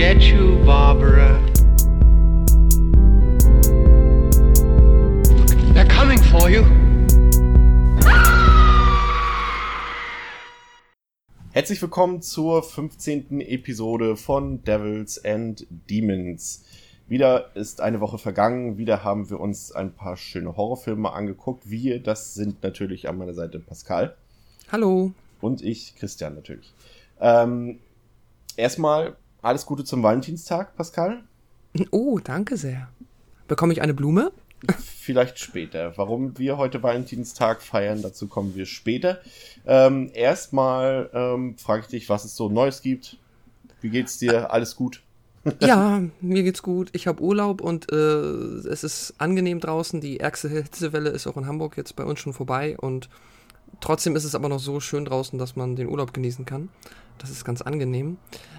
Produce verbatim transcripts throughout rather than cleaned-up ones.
get you, Barbara. They're coming for you. Herzlich willkommen zur fünfzehnten Episode von Devils and Demons. Wieder ist eine Woche vergangen, wieder haben wir uns ein paar schöne Horrorfilme angeguckt. Wir, das sind natürlich an meiner Seite Pascal. Hallo. Und ich, Christian, natürlich. Ähm, erstmal alles Gute zum Valentinstag, Pascal. Oh, danke sehr. Bekomme ich eine Blume? Vielleicht später. Warum wir heute Valentinstag feiern, dazu kommen wir später. Ähm, erstmal ähm, frage ich dich, was es so Neues gibt. Wie geht's dir? Alles gut? Ja, mir geht's gut. Ich habe Urlaub und äh, es ist angenehm draußen. Die ärgste Hitzewelle ist auch in Hamburg jetzt bei uns schon vorbei. Und trotzdem ist es aber noch so schön draußen, dass man den Urlaub genießen kann. Das ist ganz angenehm.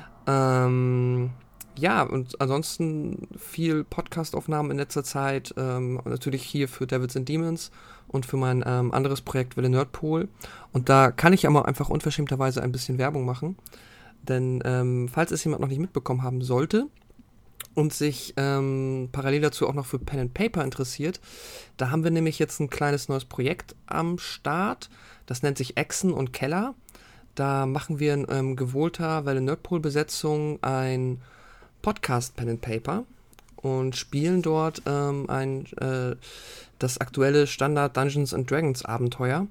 Ähm... Ja, und ansonsten viel Podcast-Aufnahmen in letzter Zeit, ähm, natürlich hier für Devils and Demons und für mein ähm, anderes Projekt Welle Nerdpol. Und da kann ich aber einfach unverschämterweise ein bisschen Werbung machen, denn ähm, falls es jemand noch nicht mitbekommen haben sollte und sich ähm, parallel dazu auch noch für Pen and Paper interessiert, da haben wir nämlich jetzt ein kleines neues Projekt am Start, das nennt sich Echsen und Keller. Da machen wir in ähm, gewohnter Welle Nerdpol-Besetzung ein Podcast Pen and Paper und spielen dort ähm, ein, äh, das aktuelle Standard Dungeons and Dragons Abenteuer.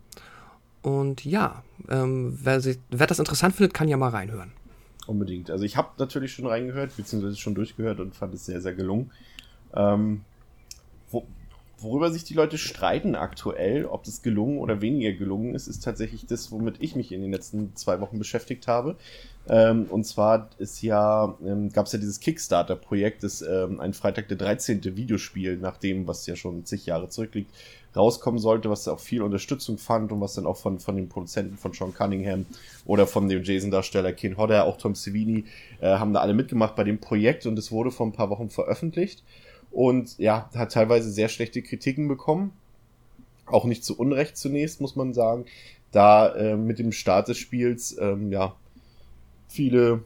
Und ja, ähm, wer, sich, wer das interessant findet, kann ja mal reinhören. Unbedingt. Also ich habe natürlich schon reingehört, beziehungsweise schon durchgehört und fand es sehr, sehr gelungen. Ähm, wo, worüber sich die Leute streiten aktuell, ob das gelungen oder weniger gelungen ist, ist tatsächlich das, womit ich mich in den letzten zwei Wochen beschäftigt habe. Ähm, und zwar ist ja, ähm, gab es ja dieses Kickstarter-Projekt, das ähm, ein Freitag der dreizehnte Videospiel, nach dem, was ja schon zig Jahre zurückliegt, rauskommen sollte, was auch viel Unterstützung fand und was dann auch von, von den Produzenten von Sean Cunningham oder von dem Jason-Darsteller Ken Hodder, auch Tom Savini, äh, haben da alle mitgemacht bei dem Projekt und es wurde vor ein paar Wochen veröffentlicht und ja, hat teilweise sehr schlechte Kritiken bekommen. Auch nicht zu Unrecht zunächst, muss man sagen, da äh, mit dem Start des Spiels, ähm, ja, viele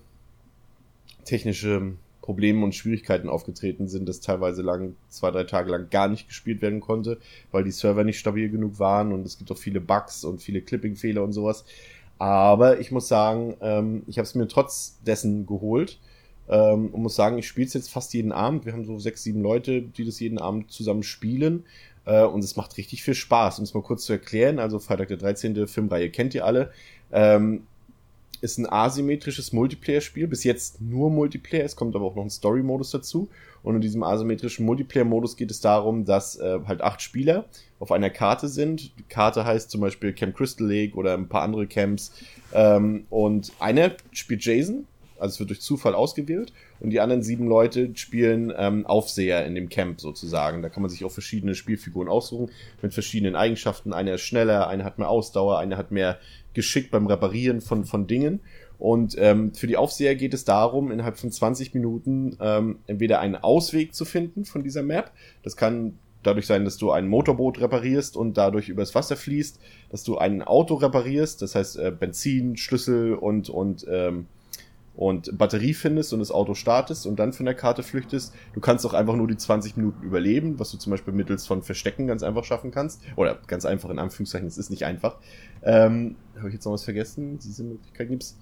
technische Probleme und Schwierigkeiten aufgetreten sind, dass teilweise lang, zwei, drei Tage lang gar nicht gespielt werden konnte, weil die Server nicht stabil genug waren und es gibt auch viele Bugs und viele Clipping-Fehler und sowas. Aber ich muss sagen, ähm, ich habe es mir trotz dessen geholt ähm, und muss sagen, ich spiele es jetzt fast jeden Abend. Wir haben so sechs, sieben Leute, die das jeden Abend zusammen spielen äh, und es macht richtig viel Spaß. Um es mal kurz zu erklären, also Freitag der dreizehnte Filmreihe kennt ihr alle, ähm, ist ein asymmetrisches Multiplayer-Spiel, bis jetzt nur Multiplayer, es kommt aber auch noch ein Story-Modus dazu und in diesem asymmetrischen Multiplayer-Modus geht es darum, dass äh, halt acht Spieler auf einer Karte sind. Die Karte heißt zum Beispiel Camp Crystal Lake oder ein paar andere Camps ähm, und einer spielt Jason, also es wird durch Zufall ausgewählt und die anderen sieben Leute spielen ähm, Aufseher in dem Camp sozusagen. Da kann man sich auch verschiedene Spielfiguren aussuchen mit verschiedenen Eigenschaften. Einer ist schneller, einer hat mehr Ausdauer, einer hat mehr Geschick beim Reparieren von, von Dingen. Und ähm, für die Aufseher geht es darum, innerhalb von zwanzig Minuten ähm, entweder einen Ausweg zu finden von dieser Map. Das kann dadurch sein, dass du ein Motorboot reparierst und dadurch übers Wasser fließt, dass du ein Auto reparierst, das heißt äh, Benzin, Schlüssel und und ähm, und Batterie findest und das Auto startest und dann von der Karte flüchtest. Du kannst auch einfach nur die zwanzig Minuten überleben, was du zum Beispiel mittels von Verstecken ganz einfach schaffen kannst. Oder ganz einfach in Anführungszeichen, es ist nicht einfach. Ähm, habe ich jetzt noch was vergessen? Diese Möglichkeit gibt's.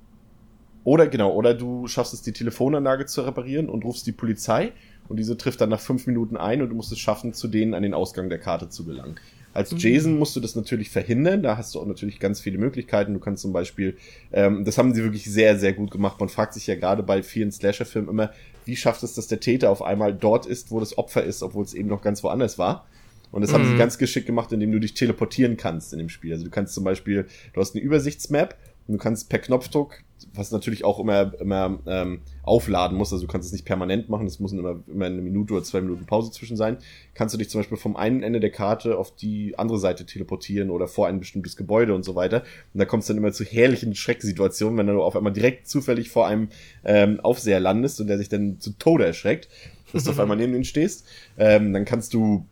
Oder genau, oder du schaffst es, die Telefonanlage zu reparieren und rufst die Polizei und diese trifft dann nach fünf Minuten ein und du musst es schaffen, zu denen an den Ausgang der Karte zu gelangen. Als Jason musst du das natürlich verhindern, da hast du auch natürlich ganz viele Möglichkeiten. Du kannst zum Beispiel, ähm, das haben sie wirklich sehr, sehr gut gemacht. Man fragt sich ja gerade bei vielen Slasher-Filmen immer, wie schafft es, dass der Täter auf einmal dort ist, wo das Opfer ist, obwohl es eben noch ganz woanders war. Und das mhm. haben sie ganz geschickt gemacht, indem du dich teleportieren kannst in dem Spiel. Also du kannst zum Beispiel, du hast eine Übersichtsmap und du kannst per Knopfdruck, was natürlich auch immer immer ähm, aufladen muss, also du kannst es nicht permanent machen, es muss immer, immer eine Minute oder zwei Minuten Pause zwischen sein, kannst du dich zum Beispiel vom einen Ende der Karte auf die andere Seite teleportieren oder vor ein bestimmtes Gebäude und so weiter. Und da kommst du dann immer zu herrlichen Schrecksituationen, wenn du auf einmal direkt zufällig vor einem ähm, Aufseher landest und der sich dann zu Tode erschreckt, dass du auf einmal neben ihm stehst. Ähm, dann kannst du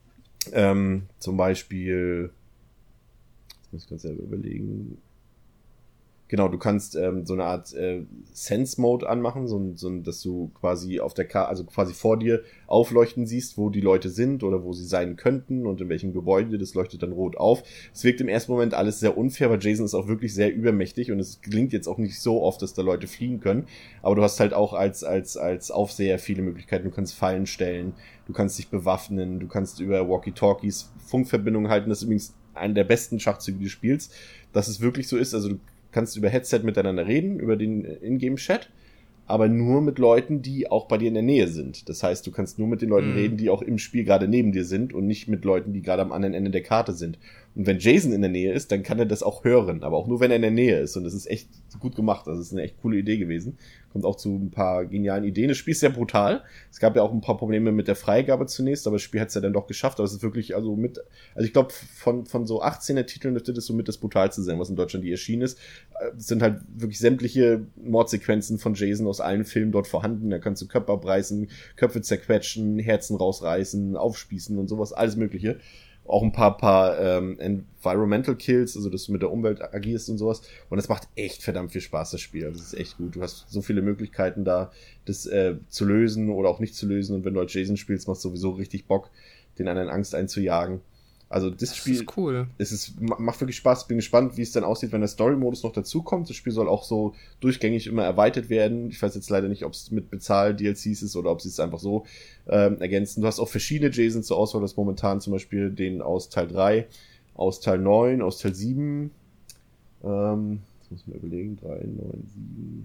ähm, zum Beispiel, jetzt muss ich ganz selber überlegen, Genau, du kannst ähm, so eine Art äh, Sense-Mode anmachen, so, ein, so ein, dass du quasi auf der Karte, also quasi vor dir aufleuchten siehst, wo die Leute sind oder wo sie sein könnten und in welchem Gebäude, das leuchtet dann rot auf. Es wirkt im ersten Moment alles sehr unfair, weil Jason ist auch wirklich sehr übermächtig und es gelingt jetzt auch nicht so oft, dass da Leute fliehen können, aber du hast halt auch als als als Aufseher viele Möglichkeiten. Du kannst Fallen stellen, du kannst dich bewaffnen, du kannst über Walkie-Talkies Funkverbindungen halten. Das ist übrigens einer der besten Schachzüge, die du spielst, dass es wirklich so ist, also du kannst über Headset miteinander reden, über den Ingame-Chat, aber nur mit Leuten, die auch bei dir in der Nähe sind. Das heißt, du kannst nur mit den Leuten mhm. reden, die auch im Spiel gerade neben dir sind und nicht mit Leuten, die gerade am anderen Ende der Karte sind. Und wenn Jason in der Nähe ist, dann kann er das auch hören, aber auch nur, wenn er in der Nähe ist. Und das ist echt gut gemacht. Also das ist eine echt coole Idee gewesen. Kommt auch zu ein paar genialen Ideen. Das Spiel ist sehr brutal. Es gab ja auch ein paar Probleme mit der Freigabe zunächst, aber das Spiel hat es ja dann doch geschafft. Aber es ist wirklich, also mit, also ich glaube, von von so achtzehner Titeln dürfte das so mit das brutalste sein, was in Deutschland die erschienen ist. Es sind halt wirklich sämtliche Mordsequenzen von Jason aus allen Filmen dort vorhanden. Da kannst du Köpfe abreißen, Köpfe zerquetschen, Herzen rausreißen, aufspießen und sowas, alles Mögliche. Auch ein paar, paar ähm, Environmental Kills, also dass du mit der Umwelt agierst und sowas. Und das macht echt verdammt viel Spaß, das Spiel. Das ist echt gut. Du hast so viele Möglichkeiten da, das äh, zu lösen oder auch nicht zu lösen. Und wenn du als Jason spielst, macht es sowieso richtig Bock, den anderen Angst einzujagen. Also das, das Spiel ist cool. Es ist, macht wirklich Spaß. Bin gespannt, wie es dann aussieht, wenn der Story-Modus noch dazukommt. Das Spiel soll auch so durchgängig immer erweitert werden. Ich weiß jetzt leider nicht, ob es mit Bezahl-D L Cs ist oder ob sie es einfach so ähm, ergänzen. Du hast auch verschiedene Jasons zur Auswahl. Das momentan zum Beispiel den aus Teil drei, aus Teil neun, aus Teil sieben. Ähm, das muss ich mal überlegen. drei, neun, sieben.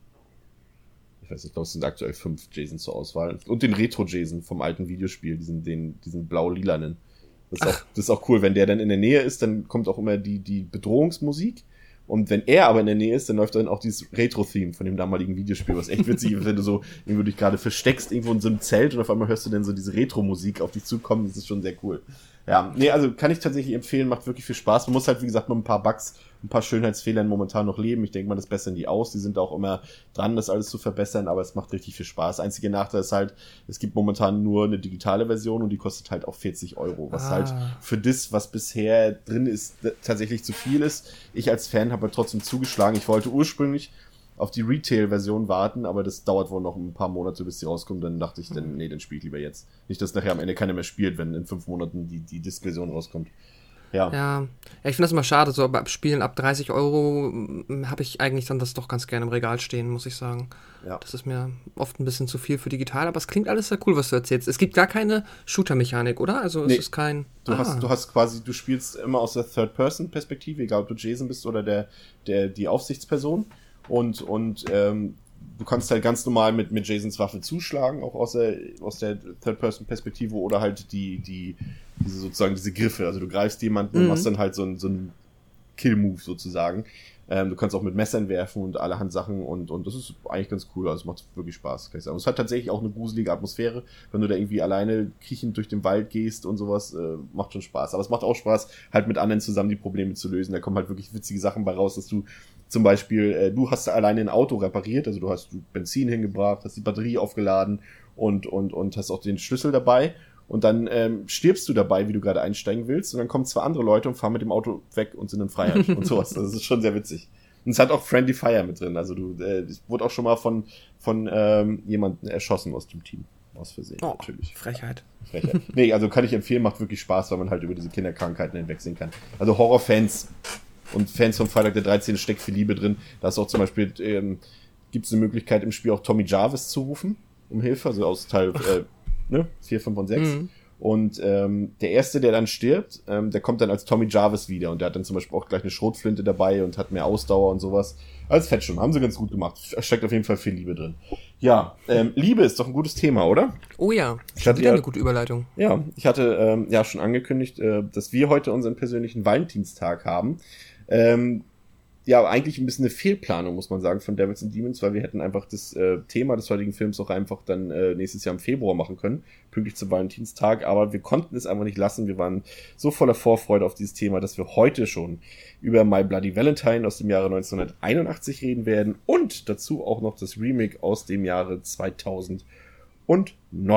Ich weiß nicht, ich glaube, es sind aktuell fünf Jasons zur Auswahl. Und den Retro-Jason vom alten Videospiel, diesen, den, diesen blau-lilanen. Das ist, auch, das ist auch cool, wenn der dann in der Nähe ist, dann kommt auch immer die, die Bedrohungsmusik. Und wenn er aber in der Nähe ist, dann läuft dann auch dieses Retro-Theme von dem damaligen Videospiel, was echt witzig ist, wenn du so irgendwo dich gerade versteckst, irgendwo in so einem Zelt und auf einmal hörst du dann so diese Retro-Musik auf dich zukommen. Das ist schon sehr cool. Ja, nee, also kann ich tatsächlich empfehlen, macht wirklich viel Spaß. Man muss halt, wie gesagt, mit ein paar Bugs, ein paar Schönheitsfehlern momentan noch leben. Ich denke mal, das bessern die aus. Die sind auch immer dran, das alles zu verbessern, aber es macht richtig viel Spaß. Einziger Nachteil ist halt, es gibt momentan nur eine digitale Version und die kostet halt auch vierzig Euro, was ah. halt für das, was bisher drin ist, tatsächlich zu viel ist. Ich als Fan habe halt trotzdem zugeschlagen. Ich wollte ursprünglich auf die Retail-Version warten, aber das dauert wohl noch ein paar Monate, bis die rauskommt. Dann dachte ich, dann, nee, dann spiele ich lieber jetzt. Nicht, dass nachher am Ende keiner mehr spielt, wenn in fünf Monaten die, die Disc-Version rauskommt. Ja. Ja, ja ich finde das immer schade, so ab Spielen ab dreißig Euro habe ich eigentlich dann das doch ganz gerne im Regal stehen, muss ich sagen. Ja. Das ist mir oft ein bisschen zu viel für digital, aber es klingt alles sehr cool, was du erzählst. Es gibt gar keine Shooter-Mechanik, oder? Also nee. es ist kein... Du, ah. hast, du hast quasi, du spielst immer aus der Third-Person-Perspektive, egal ob du Jason bist oder der, der die Aufsichtsperson. Und, und ähm, du kannst halt ganz normal mit, mit Jasons Waffe zuschlagen, auch aus der, aus der Third-Person-Perspektive oder halt die, die, diese sozusagen diese Griffe. Also du greifst jemanden mhm. und machst dann halt so einen so einen Kill-Move sozusagen. Ähm, du kannst auch mit Messern werfen und allerhand Sachen und, und das ist eigentlich ganz cool. Also es macht wirklich Spaß, kann ich sagen. Und es hat tatsächlich auch eine gruselige Atmosphäre, wenn du da irgendwie alleine kriechend durch den Wald gehst und sowas, äh, macht schon Spaß. Aber es macht auch Spaß, halt mit anderen zusammen die Probleme zu lösen. Da kommen halt wirklich witzige Sachen bei raus, dass du zum Beispiel, äh, du hast alleine ein Auto repariert, also du hast Benzin hingebracht, hast die Batterie aufgeladen und, und, und hast auch den Schlüssel dabei. Und dann ähm, stirbst du dabei, wie du gerade einsteigen willst. Und dann kommen zwei andere Leute und fahren mit dem Auto weg und sind in Freiheit und sowas. Das ist schon sehr witzig. Und es hat auch Friendly Fire mit drin. Also du, äh, es wurde auch schon mal von, von ähm, jemandem erschossen aus dem Team. Aus Versehen, oh, natürlich. Frechheit. Frechheit. Nee, also kann ich empfehlen, macht wirklich Spaß, weil man halt über diese Kinderkrankheiten hinwegsehen kann. Also Horrorfans und Fans von Freitag der dreizehnte steckt viel Liebe drin. Da ist auch zum Beispiel, ähm, gibt es eine Möglichkeit im Spiel auch Tommy Jarvis zu rufen, um Hilfe, also aus Teil äh, ne, vier, fünf und sechs. Mhm. Und ähm, der Erste, der dann stirbt, ähm, der kommt dann als Tommy Jarvis wieder. Und der hat dann zum Beispiel auch gleich eine Schrotflinte dabei und hat mehr Ausdauer und sowas. Alles fett schon, haben sie ganz gut gemacht. Steckt auf jeden Fall viel Liebe drin. Ja, ähm, Liebe ist doch ein gutes Thema, oder? Oh ja, ich hatte wieder ja, eine gute Überleitung. Ja, ich hatte ähm, ja schon angekündigt, äh, dass wir heute unseren persönlichen Valentinstag haben. Ähm, ja, eigentlich ein bisschen eine Fehlplanung, muss man sagen, von Devils and Demons, weil wir hätten einfach das äh, Thema des heutigen Films auch einfach dann äh, nächstes Jahr im Februar machen können, pünktlich zum Valentinstag, aber wir konnten es einfach nicht lassen. Wir waren so voller Vorfreude auf dieses Thema, dass wir heute schon über My Bloody Valentine aus dem Jahre neunzehnhunderteinundachtzig reden werden und dazu auch noch das Remake aus dem Jahre zweitausendneun.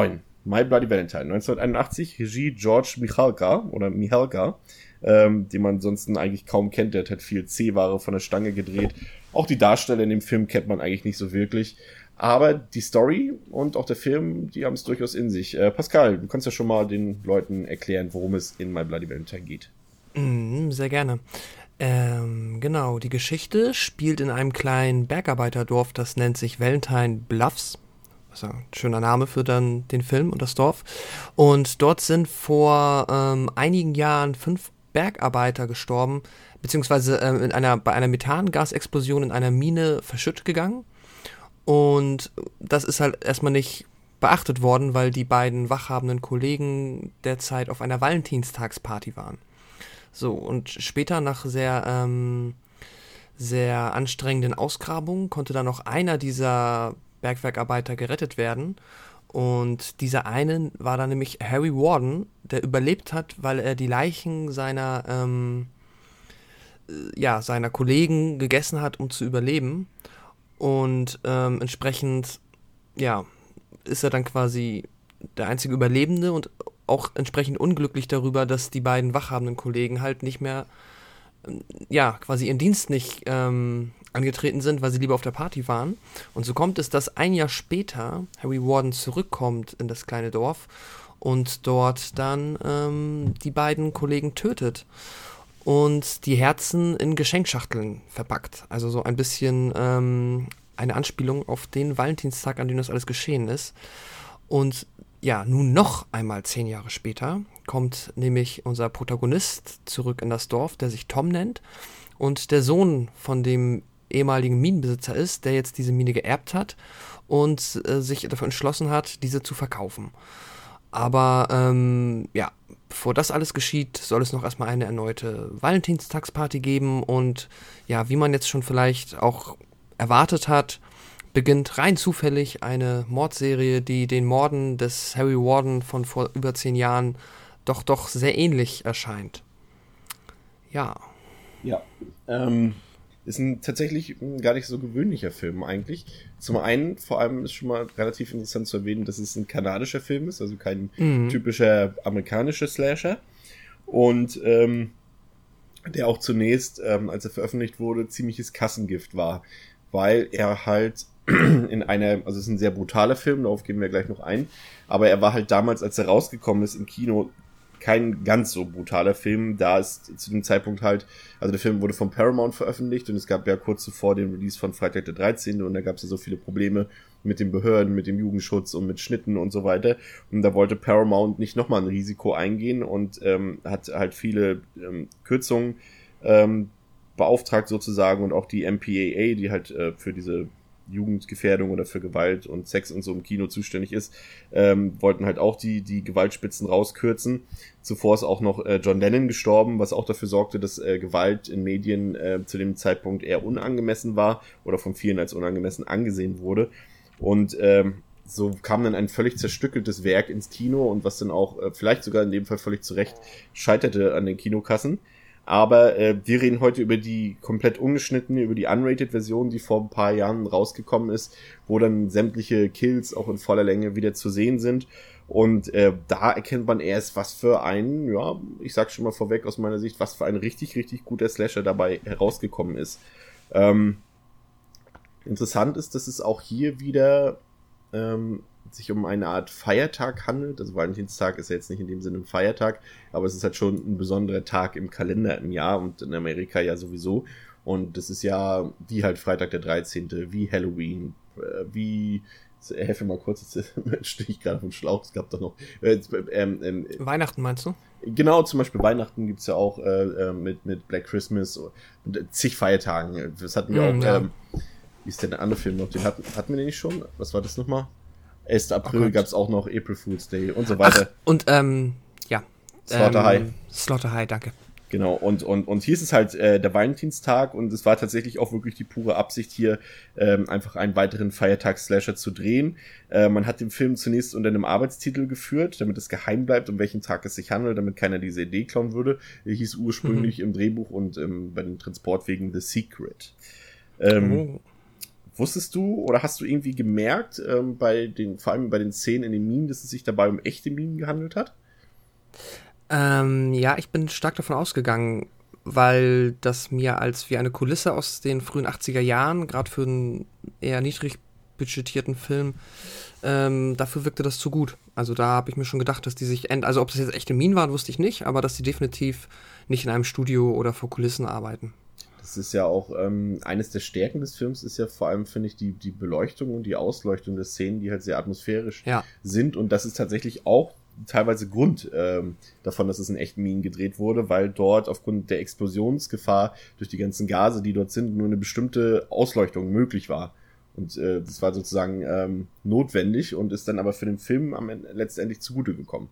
My Bloody Valentine, neunzehnhunderteinundachtzig, Regie George Michalka oder Michalka, ähm, den man sonst eigentlich kaum kennt. Der hat halt viel C-Ware von der Stange gedreht. Auch die Darsteller in dem Film kennt man eigentlich nicht so wirklich. Aber die Story und auch der Film, die haben es durchaus in sich. Äh, Pascal, du kannst ja schon mal den Leuten erklären, worum es in My Bloody Valentine geht. Mm, sehr gerne. Ähm, genau, die Geschichte spielt in einem kleinen Bergarbeiterdorf, das nennt sich Valentine Bluffs. Also ein schöner Name für dann den Film und das Dorf. Und dort sind vor ähm, einigen Jahren fünf Bergarbeiter gestorben, beziehungsweise ähm, in einer, bei einer Methangasexplosion in einer Mine verschüttet gegangen. Und das ist halt erstmal nicht beachtet worden, weil die beiden wachhabenden Kollegen derzeit auf einer Valentinstagsparty waren. So, und später nach sehr, ähm, sehr anstrengenden Ausgrabungen konnte dann noch einer dieser Bergwerkarbeiter gerettet werden. Und dieser eine war dann nämlich Harry Warden, der überlebt hat, weil er die Leichen seiner, ähm, ja, seiner Kollegen gegessen hat, um zu überleben. Und ähm, entsprechend, ja, ist er dann quasi der einzige Überlebende und auch entsprechend unglücklich darüber, dass die beiden wachhabenden Kollegen halt nicht mehr, ja, quasi ihren Dienst nicht ähm, angetreten sind, weil sie lieber auf der Party waren. Und so kommt es, dass ein Jahr später Harry Warden zurückkommt in das kleine Dorf und dort dann ähm, die beiden Kollegen tötet und die Herzen in Geschenkschachteln verpackt. Also so ein bisschen ähm, eine Anspielung auf den Valentinstag, an dem das alles geschehen ist. Und ja, nun noch einmal zehn Jahre später kommt nämlich unser Protagonist zurück in das Dorf, der sich Tom nennt und der Sohn von dem ehemaligen Minenbesitzer ist, der jetzt diese Mine geerbt hat und äh, sich dafür entschlossen hat, diese zu verkaufen. Aber ähm, ja, bevor das alles geschieht, soll es noch erstmal eine erneute Valentinstagsparty geben und ja, wie man jetzt schon vielleicht auch erwartet hat, beginnt rein zufällig eine Mordserie, die den Morden des Harry Warden von vor über zehn Jahren doch doch sehr ähnlich erscheint. Ja. Ja, ähm, ist ein tatsächlich ein gar nicht so gewöhnlicher Film eigentlich. Zum einen, vor allem ist schon mal relativ interessant zu erwähnen, dass es ein kanadischer Film ist, also kein mhm. typischer amerikanischer Slasher. Und ähm, der auch zunächst, ähm, als er veröffentlicht wurde, ziemliches Kassengift war, weil er halt in einer, also es ist ein sehr brutaler Film, darauf gehen wir gleich noch ein, aber er war halt damals, als er rausgekommen ist im Kino, kein ganz so brutaler Film, da ist zu dem Zeitpunkt halt, also der Film wurde von Paramount veröffentlicht und es gab ja kurz zuvor den Release von Freitag der dreizehnte und da gab es ja so viele Probleme mit den Behörden, mit dem Jugendschutz und mit Schnitten und so weiter und da wollte Paramount nicht nochmal ein Risiko eingehen und ähm, hat halt viele ähm, Kürzungen ähm, beauftragt sozusagen und auch die M P A A, die halt äh, für diese Jugendgefährdung oder für Gewalt und Sex und so im Kino zuständig ist, ähm, wollten halt auch die die Gewaltspitzen rauskürzen. Zuvor ist auch noch äh, John Lennon gestorben, was auch dafür sorgte, dass äh, Gewalt in Medien äh, zu dem Zeitpunkt eher unangemessen war oder von vielen als unangemessen angesehen wurde. Und ähm, so kam dann ein völlig zerstückeltes Werk ins Kino und was dann auch äh, vielleicht sogar in dem Fall völlig zu Recht scheiterte an den Kinokassen. Aber äh, wir reden heute über die komplett ungeschnittene, über die Unrated-Version, die vor ein paar Jahren rausgekommen ist, wo dann sämtliche Kills auch in voller Länge wieder zu sehen sind. Und äh, da erkennt man erst, was für ein, ja, ich sag schon mal vorweg aus meiner Sicht, was für ein richtig, richtig guter Slasher dabei herausgekommen ist. Ähm, interessant ist, dass es auch hier wieder ähm, sich um eine Art Feiertag handelt. Also Valentinstag ist ja jetzt nicht in dem Sinne ein Feiertag, aber es ist halt schon ein besonderer Tag im Kalender im Jahr und in Amerika ja sowieso. Und das ist ja wie halt Freitag der dreizehnte, wie Halloween, äh, wie, helfe mal kurz, jetzt stehe ich gerade vom Schlauch, es gab doch noch äh, ähm, ähm, Weihnachten meinst du? Genau, zum Beispiel Weihnachten gibt's ja auch äh, mit, mit Black Christmas und zig Feiertagen. Das hatten wir mm, auch, ja. ähm, wie ist denn der andere Film noch? Den hatten, hatten wir den nicht schon? Was war das nochmal? erster April oh gab es auch noch April Fool's Day und so weiter. Ach, und ähm, ja. Slaughter ähm, High. Slaughter High, danke. Genau, und, und, und hier ist es halt äh, der Valentinstag und es war tatsächlich auch wirklich die pure Absicht hier, ähm, einfach einen weiteren Feiertags-Slasher zu drehen. Äh, man hat den Film zunächst unter einem Arbeitstitel geführt, damit es geheim bleibt, um welchen Tag es sich handelt, damit keiner diese Idee klauen würde. Er hieß ursprünglich mhm. im Drehbuch und ähm, bei den Transportwegen The Secret. Ähm, oh. wusstest du oder hast du irgendwie gemerkt, ähm, bei den, vor allem bei den Szenen in den Minen, dass es sich dabei um echte Minen gehandelt hat? Ähm, ja, ich bin stark davon ausgegangen, weil das mir als wie eine Kulisse aus den frühen achtziger Jahren, gerade für einen eher niedrig budgetierten Film, ähm, dafür wirkte das zu gut. Also da habe ich mir schon gedacht, dass die sich, end- also ob das jetzt echte Minen waren, wusste ich nicht, aber dass die definitiv nicht in einem Studio oder vor Kulissen arbeiten. Das ist ja auch ähm, eines der Stärken des Films, ist ja vor allem, finde ich, die, die Beleuchtung und die Ausleuchtung der Szenen, die halt sehr atmosphärisch Ja. sind. Und das ist tatsächlich auch teilweise Grund ähm, davon, dass es in echten Minen gedreht wurde, weil dort aufgrund der Explosionsgefahr durch die ganzen Gase, die dort sind, nur eine bestimmte Ausleuchtung möglich war. Und äh, das war sozusagen ähm, notwendig und ist dann aber für den Film am Ende letztendlich zugute gekommen.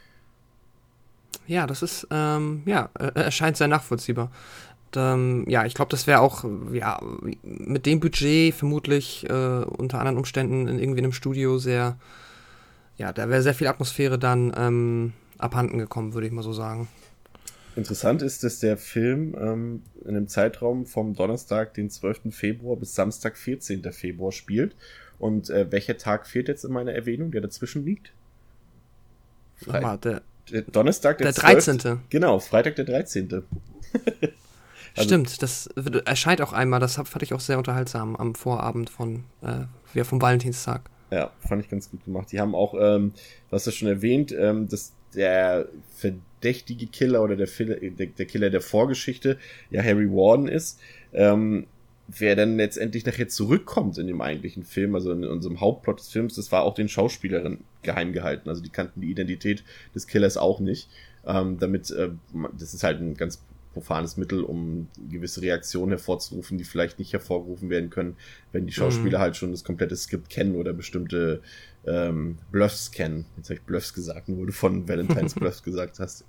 Ja, das ist, ähm, ja, äh, erscheint sehr nachvollziehbar. Ähm, ja, ich glaube, das wäre auch, ja, mit dem Budget vermutlich äh, unter anderen Umständen in irgendwie einem Studio sehr, ja, da wäre sehr viel Atmosphäre dann ähm, abhanden gekommen, würde ich mal so sagen. Interessant ist, dass der Film ähm, in einem Zeitraum vom Donnerstag, den zwölften Februar bis Samstag, vierzehnten Februar spielt. Und äh, welcher Tag fehlt jetzt in meiner Erwähnung, der dazwischen liegt? Fre- Nochmal, der, der Donnerstag, der, der zwölfte dreizehnte Genau, Freitag, der dreizehnte Also- Stimmt, das wird- erscheint auch einmal, das hab, fand ich auch sehr unterhaltsam am Vorabend von, äh, ja, vom Valentinstag. Ja, fand ich ganz gut gemacht. Die haben auch, ähm, du hast das schon erwähnt, ähm, dass der verdächtige Killer oder der, Fil- der, der Killer der Vorgeschichte ja Harry Warden ist. Ähm, wer dann letztendlich nachher zurückkommt in dem eigentlichen Film, also in unserem Hauptplot des Films, das war auch den Schauspielerinnen geheim gehalten. Also die kannten die Identität des Killers auch nicht. Ähm, damit, äh, man- das ist halt ein ganz profanes Mittel, um gewisse Reaktionen hervorzurufen, die vielleicht nicht hervorgerufen werden können, wenn die Schauspieler Mhm. halt schon das komplette Skript kennen oder bestimmte ähm, Bluffs kennen. Jetzt habe ich Bluffs gesagt, nur weil du von Valentines Bluffs gesagt hast.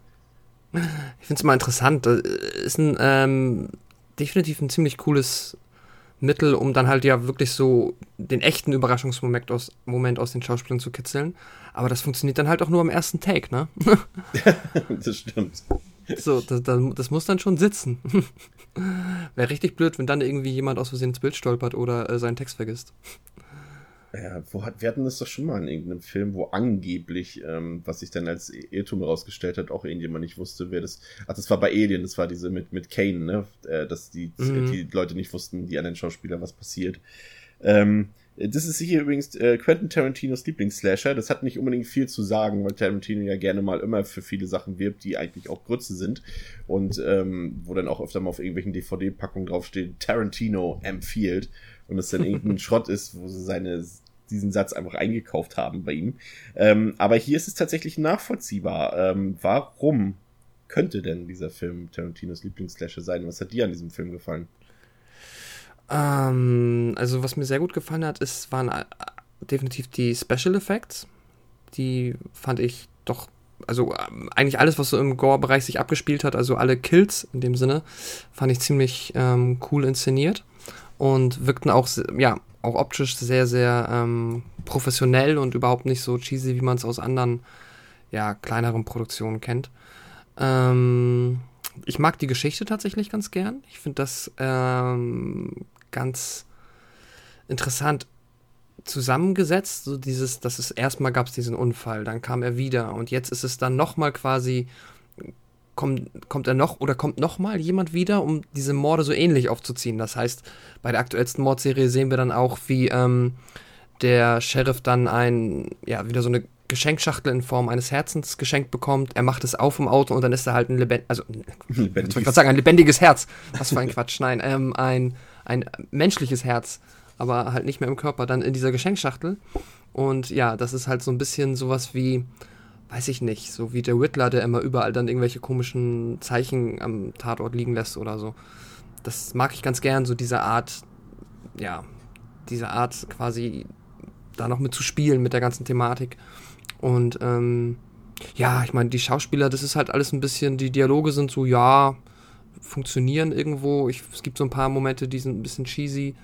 Ich finde es mal interessant, das ist ein, ähm, definitiv ein ziemlich cooles Mittel, um dann halt ja wirklich so den echten Überraschungsmoment aus, Moment aus den Schauspielern zu kitzeln. Aber das funktioniert dann halt auch nur am ersten Take, ne? Das stimmt. So, das, das, das muss dann schon sitzen. Wäre richtig blöd, wenn dann irgendwie jemand aus Versehen ins Bild stolpert oder äh, seinen Text vergisst. Ja, wo hat, wir hatten das doch schon mal in irgendeinem Film, wo angeblich, ähm, was sich dann als Irrtum herausgestellt hat, auch irgendjemand nicht wusste, wer das. Ach, das war bei Alien, das war diese mit, mit Kane, ne? Äh, dass die, Mhm. die Leute nicht wussten, die anderen Schauspieler, was passiert. Ähm, das ist hier übrigens äh, Quentin Tarantinos Lieblingsslasher. Das hat nicht unbedingt viel zu sagen, weil Tarantino ja gerne mal immer für viele Sachen wirbt, die eigentlich auch Grütze sind. Und ähm, wo dann auch öfter mal auf irgendwelchen D V D-Packungen draufsteht, Tarantino empfiehlt. Und es dann irgendein Schrott ist, wo sie seine diesen Satz einfach eingekauft haben bei ihm. Ähm, aber hier ist es tatsächlich nachvollziehbar. Ähm, warum könnte denn dieser Film Tarantinos Lieblingsslasher sein? Was hat dir an diesem Film gefallen? Ähm, also was mir sehr gut gefallen hat, ist, waren äh, definitiv die Special Effects. Die fand ich doch, also ähm, eigentlich alles, was so im Gore-Bereich sich abgespielt hat, also alle Kills in dem Sinne, fand ich ziemlich ähm, cool inszeniert und wirkten auch, se- ja, auch optisch sehr, sehr ähm, professionell und überhaupt nicht so cheesy, wie man es aus anderen, ja, kleineren Produktionen kennt. Ähm, ich mag die Geschichte tatsächlich ganz gern. Ich finde das ähm, ganz interessant zusammengesetzt. So dieses, dass es erstmal gab es diesen Unfall, dann kam er wieder und jetzt ist es dann nochmal quasi, kommt, kommt er noch oder kommt nochmal jemand wieder, um diese Morde so ähnlich aufzuziehen. Das heißt, bei der aktuellsten Mordserie sehen wir dann auch, wie ähm, der Sheriff dann ein, ja, wieder so eine Geschenkschachtel in Form eines Herzens geschenkt bekommt. Er macht es auf im Auto und dann ist da halt ein lebendiges, also, jetzt wollte ich gerade sagen, ein lebendiges Herz. Was für ein Quatsch. Nein, ähm, ein, ein menschliches Herz, aber halt nicht mehr im Körper, dann in dieser Geschenkschachtel. Und ja, das ist halt so ein bisschen sowas wie, weiß ich nicht, so wie der Riddler, der immer überall dann irgendwelche komischen Zeichen am Tatort liegen lässt oder so. Das mag ich ganz gern, so diese Art, ja, diese Art quasi da noch mit zu spielen mit der ganzen Thematik. Und ähm, ja, ich meine, die Schauspieler, das ist halt alles ein bisschen, die Dialoge sind so, ja, funktionieren irgendwo. Ich, es gibt so ein paar Momente, die sind ein bisschen cheesy.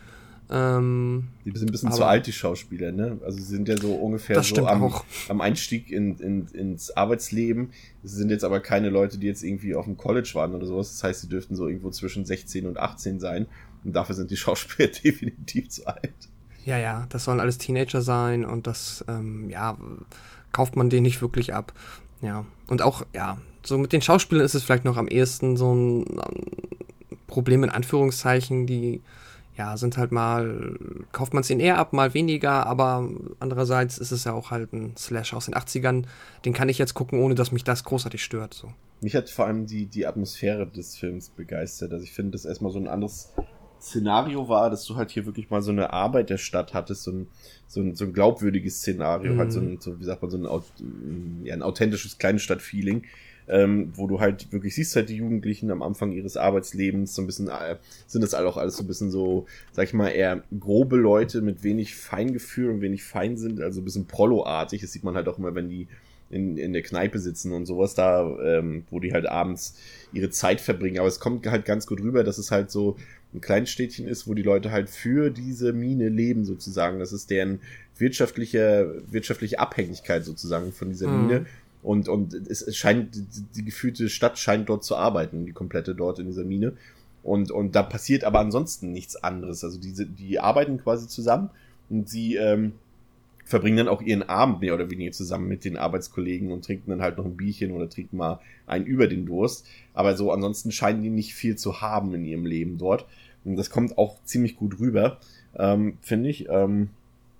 Ähm, Die sind ein bisschen aber- zu alt, die Schauspieler, ne? Also sie sind ja so ungefähr Das so stimmt am, auch. am Einstieg in, in, ins Arbeitsleben. Sie sind jetzt aber keine Leute, die jetzt irgendwie auf dem College waren oder sowas. Das heißt, sie dürften so irgendwo zwischen sechzehn und achtzehn sein. Und dafür sind die Schauspieler definitiv zu alt. Ja, ja, das sollen alles Teenager sein und das, ähm, ja, kauft man denen nicht wirklich ab. Ja, und auch, ja, so mit den Schauspielern ist es vielleicht noch am ehesten so ein ähm, Problem in Anführungszeichen, die, ja, sind halt mal, kauft man es ihnen eher ab, mal weniger, aber andererseits ist es ja auch halt ein Slash aus den achtzigern, den kann ich jetzt gucken, ohne dass mich das großartig stört, so. Mich hat vor allem die, die Atmosphäre des Films begeistert. Also ich finde, das erstmal so ein anderes Szenario war, dass du halt hier wirklich mal so eine Arbeit der Stadt hattest, so ein, so ein, so ein glaubwürdiges Szenario, Mhm. halt so ein, so, wie sagt man, so ein, au- ja, ein authentisches Kleinstadt-Feeling, ähm, wo du halt wirklich siehst halt die Jugendlichen am Anfang ihres Arbeitslebens, so ein bisschen, äh, sind das halt auch alles so ein bisschen so, sag ich mal, eher grobe Leute mit wenig Feingefühl und wenig fein sind, also ein bisschen Prollo-artig, das sieht man halt auch immer, wenn die in, in der Kneipe sitzen und sowas da, ähm, wo die halt abends ihre Zeit verbringen, aber es kommt halt ganz gut rüber, dass es halt so ein Kleinstädtchen ist, wo die Leute halt für diese Mine leben sozusagen. Das ist deren wirtschaftliche, wirtschaftliche Abhängigkeit sozusagen von dieser Mhm. Mine. Und, und es, es scheint, die, die gefühlte Stadt scheint dort zu arbeiten, die komplette dort in dieser Mine. Und, und da passiert aber ansonsten nichts anderes. Also diese, die arbeiten quasi zusammen und sie ähm, verbringen dann auch ihren Abend mehr oder weniger zusammen mit den Arbeitskollegen und trinken dann halt noch ein Bierchen oder trinken mal einen über den Durst. Aber so ansonsten scheinen die nicht viel zu haben in ihrem Leben dort. Und das kommt auch ziemlich gut rüber, ähm, finde ich. Ähm,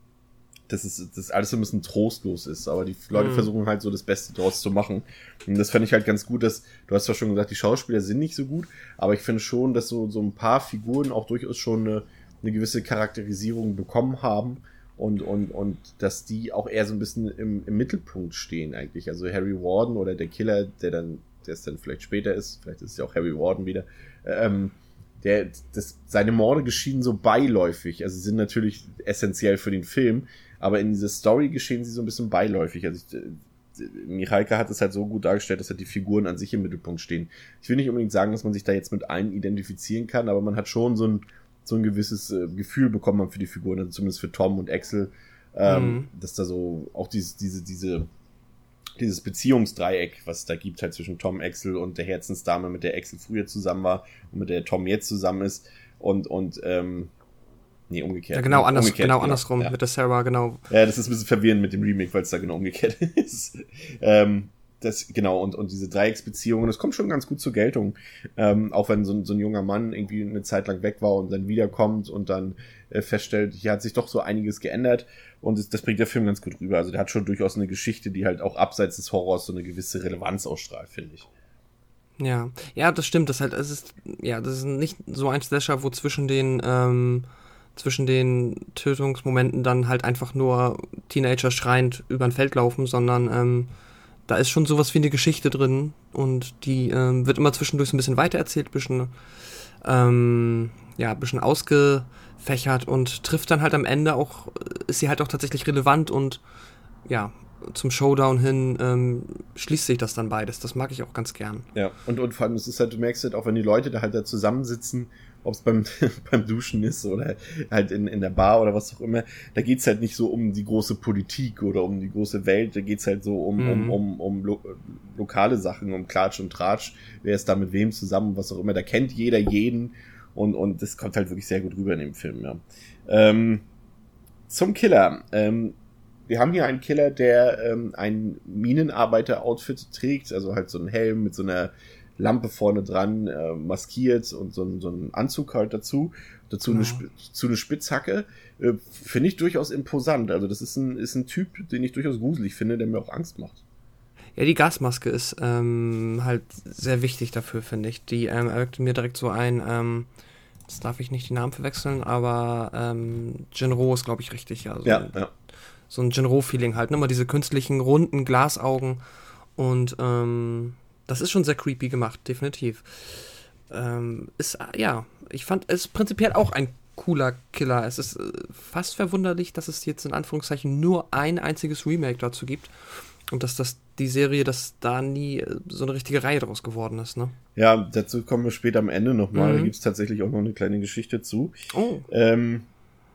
dass es dass alles so ein bisschen trostlos ist. Aber die Leute Mhm. versuchen halt so das Beste draus zu machen. Und das fand ich halt ganz gut, dass, du hast zwar schon gesagt, die Schauspieler sind nicht so gut, aber ich finde schon, dass so, so ein paar Figuren auch durchaus schon eine, eine gewisse Charakterisierung bekommen haben. Und, und, und dass die auch eher so ein bisschen im, im Mittelpunkt stehen eigentlich. Also Harry Warden oder der Killer, der dann, der es dann vielleicht später ist, vielleicht ist es ja auch Harry Warden wieder, ähm, der, das, seine Morde geschehen so beiläufig. Also sie sind natürlich essentiell für den Film, aber in dieser Story geschehen sie so ein bisschen beiläufig. Also ich, äh, Michalka hat es halt so gut dargestellt, dass halt die Figuren an sich im Mittelpunkt stehen. Ich will nicht unbedingt sagen, dass man sich da jetzt mit allen identifizieren kann, aber man hat schon so ein so ein gewisses äh, Gefühl bekommen man für die Figuren, also zumindest für Tom und Axel, ähm, Mhm. dass da so auch diese, diese, diese, dieses Beziehungsdreieck, was es da gibt, halt zwischen Tom, Axel und der Herzensdame, mit der Axel früher zusammen war und mit der Tom jetzt zusammen ist und, und, ähm, nee, umgekehrt. Ja, genau, anders, umgekehrt, genau andersrum ja. mit der Sarah, genau. Ja, das ist ein bisschen verwirrend mit dem Remake, weil es da genau umgekehrt ist. ähm, das, genau, und, und diese Dreiecksbeziehungen, das kommt schon ganz gut zur Geltung. Ähm, auch wenn so, ein- so ein junger Mann irgendwie eine Zeit lang weg war und dann wiederkommt und dann äh, feststellt, hier hat sich doch so einiges geändert und das, das bringt der Film ganz gut rüber. Also der hat schon durchaus eine Geschichte, die halt auch abseits des Horrors so eine gewisse Relevanz ausstrahlt, finde ich. Ja, ja, das stimmt. Das halt, es ist, ja, das ist nicht so ein Slasher, wo zwischen den, ähm, zwischen den Tötungsmomenten dann halt einfach nur Teenager schreiend über ein Feld laufen, sondern ähm, da ist schon sowas wie eine Geschichte drin und die ähm, wird immer zwischendurch so ein bisschen weitererzählt, ein bisschen, ähm, ja, ein bisschen ausgefächert und trifft dann halt am Ende auch, ist sie halt auch tatsächlich relevant und ja, zum Showdown hin ähm, schließt sich das dann beides. Das mag ich auch ganz gern. Ja, und, und vor allem, es ist halt, du merkst halt auch, wenn die Leute da halt da zusammensitzen, ob es beim, beim Duschen ist oder halt in, in der Bar oder was auch immer, da geht's halt nicht so um die große Politik oder um die große Welt, da geht's halt so um, Mhm. um, um, um lo lokale Sachen, um Klatsch und Tratsch, wer ist da mit wem zusammen, was auch immer, da kennt jeder jeden und, und das kommt halt wirklich sehr gut rüber in dem Film, ja. Ähm, zum Killer, ähm, wir haben hier einen Killer, der ähm, ein Minenarbeiter-Outfit trägt, also halt so einen Helm mit so einer Lampe vorne dran, äh, maskiert und so, ein, so einen Anzug halt dazu. Dazu eine, Genau. Sp zu eine Spitzhacke. Äh, finde ich durchaus imposant. Also das ist ein, ist ein Typ, den ich durchaus gruselig finde, der mir auch Angst macht. Ja, die Gasmaske ist ähm, halt sehr wichtig dafür, finde ich. Die ähm, erweckte mir direkt so ein, ähm, jetzt darf ich nicht die Namen verwechseln, aber ähm, Jinro ist, glaube ich, richtig. Ja, so, Ja, ja. so ein Jinro-Feeling halt. Ne? Immer diese künstlichen, runden Glasaugen und ähm, das ist schon sehr creepy gemacht, definitiv. Ähm, ist, äh, ja, ich fand es prinzipiell auch ein cooler Killer. Es ist äh, fast verwunderlich, dass es jetzt in Anführungszeichen nur ein einziges Remake dazu gibt. Und dass das die Serie, dass da nie äh, so eine richtige Reihe draus geworden ist, ne? Ja, dazu kommen wir später am Ende nochmal. Mhm. Da gibt's tatsächlich auch noch eine kleine Geschichte zu. Oh. Ähm,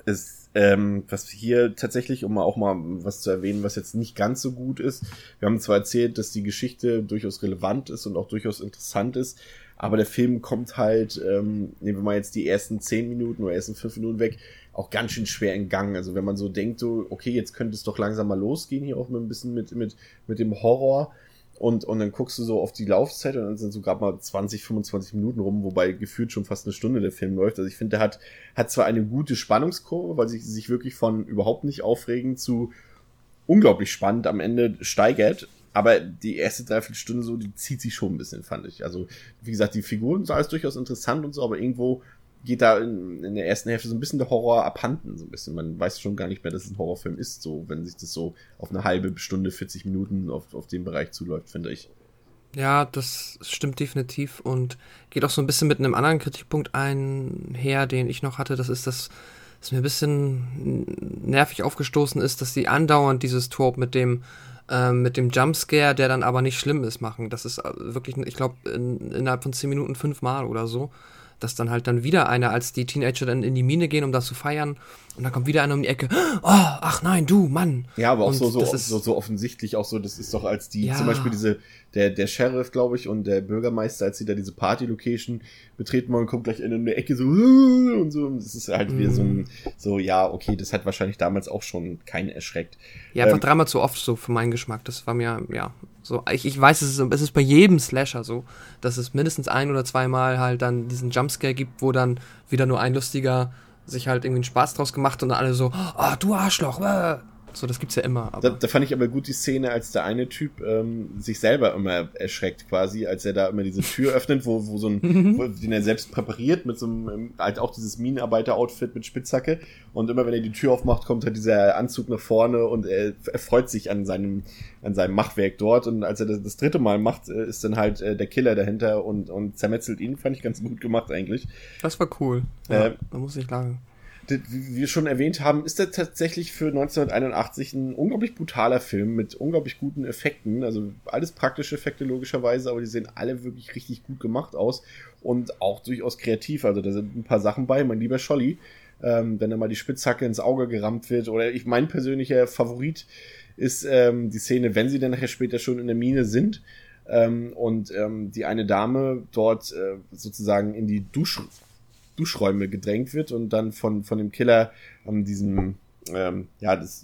Es, ähm, was hier tatsächlich, um auch mal was zu erwähnen, was jetzt nicht ganz so gut ist, wir haben zwar erzählt, dass die Geschichte durchaus relevant ist und auch durchaus interessant ist, aber der Film kommt halt, ähm, nehmen wir mal jetzt die ersten zehn Minuten oder ersten fünf Minuten weg, auch ganz schön schwer in Gang. Also wenn man so denkt, so, okay, jetzt könnte es doch langsam mal losgehen, hier auch mit ein bisschen mit, mit, mit dem Horror. Und, und dann guckst du so auf die Laufzeit und dann sind so gerade mal zwanzig, fünfundzwanzig Minuten rum, wobei gefühlt schon fast eine Stunde der Film läuft. Also ich finde, der hat, hat zwar eine gute Spannungskurve, weil sich, sich wirklich von überhaupt nicht aufregen zu unglaublich spannend am Ende steigert, aber die erste Dreiviertelstunde so, die zieht sich schon ein bisschen, fand ich. Also, wie gesagt, die Figuren sind alles durchaus interessant und so, aber irgendwo geht da in, in der ersten Hälfte so ein bisschen der Horror abhanden, so ein bisschen. Man weiß schon gar nicht mehr, dass es ein Horrorfilm ist, so, wenn sich das so auf eine halbe Stunde, vierzig Minuten auf, auf den Bereich zuläuft, finde ich. Ja, das stimmt definitiv und geht auch so ein bisschen mit einem anderen Kritikpunkt einher, den ich noch hatte. Das ist, dass es mir ein bisschen nervig aufgestoßen ist, dass sie andauernd dieses Trope mit dem ähm, mit dem Jumpscare, der dann aber nicht schlimm ist, machen. Das ist wirklich, ich glaube, in, innerhalb von zehn Minuten fünfmal oder so. Dass dann halt dann wieder einer, als die Teenager dann in die Mine gehen, um das zu feiern, und dann kommt wieder einer um die Ecke, oh, ach nein, du, Mann. Ja, aber auch und so, so, ist, so, so offensichtlich auch so, das ist doch als die, ja. zum Beispiel diese, der, der Sheriff, glaube ich, und der Bürgermeister, als sie da diese Party-Location betreten wollen, kommt gleich in eine Ecke so, und so, das ist halt mm. wieder so ein, so, ja, okay, das hat wahrscheinlich damals auch schon keinen erschreckt. Ja, einfach ähm, dreimal zu oft so für meinen Geschmack, das war mir, ja, so, ich, ich weiß, es ist, es ist bei jedem Slasher so, dass es mindestens ein oder zweimal halt dann diesen Jumpscare gibt, wo dann wieder nur ein lustiger sich halt irgendwie einen Spaß draus gemacht und dann alle so, ah, oh, du Arschloch, äh. So, das gibt's ja immer. Aber. Da, da fand ich aber gut die Szene, als der eine Typ ähm, sich selber immer erschreckt quasi, als er da immer diese Tür öffnet, wo, wo so ein, wo, den er selbst präpariert mit so einem, halt auch dieses Minenarbeiter-Outfit mit Spitzhacke, und immer wenn er die Tür aufmacht, kommt halt dieser Anzug nach vorne und er, er freut sich an seinem, an seinem Machwerk dort, und als er das, das dritte Mal macht, ist dann halt äh, der Killer dahinter und, und zermetzelt ihn, fand ich ganz gut gemacht eigentlich. Das war cool. Ja, äh, da muss ich sagen. Wie wir schon erwähnt haben, ist der tatsächlich für neunzehnhunderteinundachtzig ein unglaublich brutaler Film mit unglaublich guten Effekten. Also alles praktische Effekte logischerweise, aber die sehen alle wirklich richtig gut gemacht aus und auch durchaus kreativ. Also da sind ein paar Sachen bei, mein lieber Scholli, ähm, wenn da mal die Spitzhacke ins Auge gerammt wird. Oder ich, mein persönlicher Favorit ist ähm, die Szene, wenn sie dann nachher später schon in der Mine sind ähm, und ähm, die eine Dame dort äh, sozusagen in die Dusche Duschräume gedrängt wird und dann von, von dem Killer an diesem, ähm, ja, das,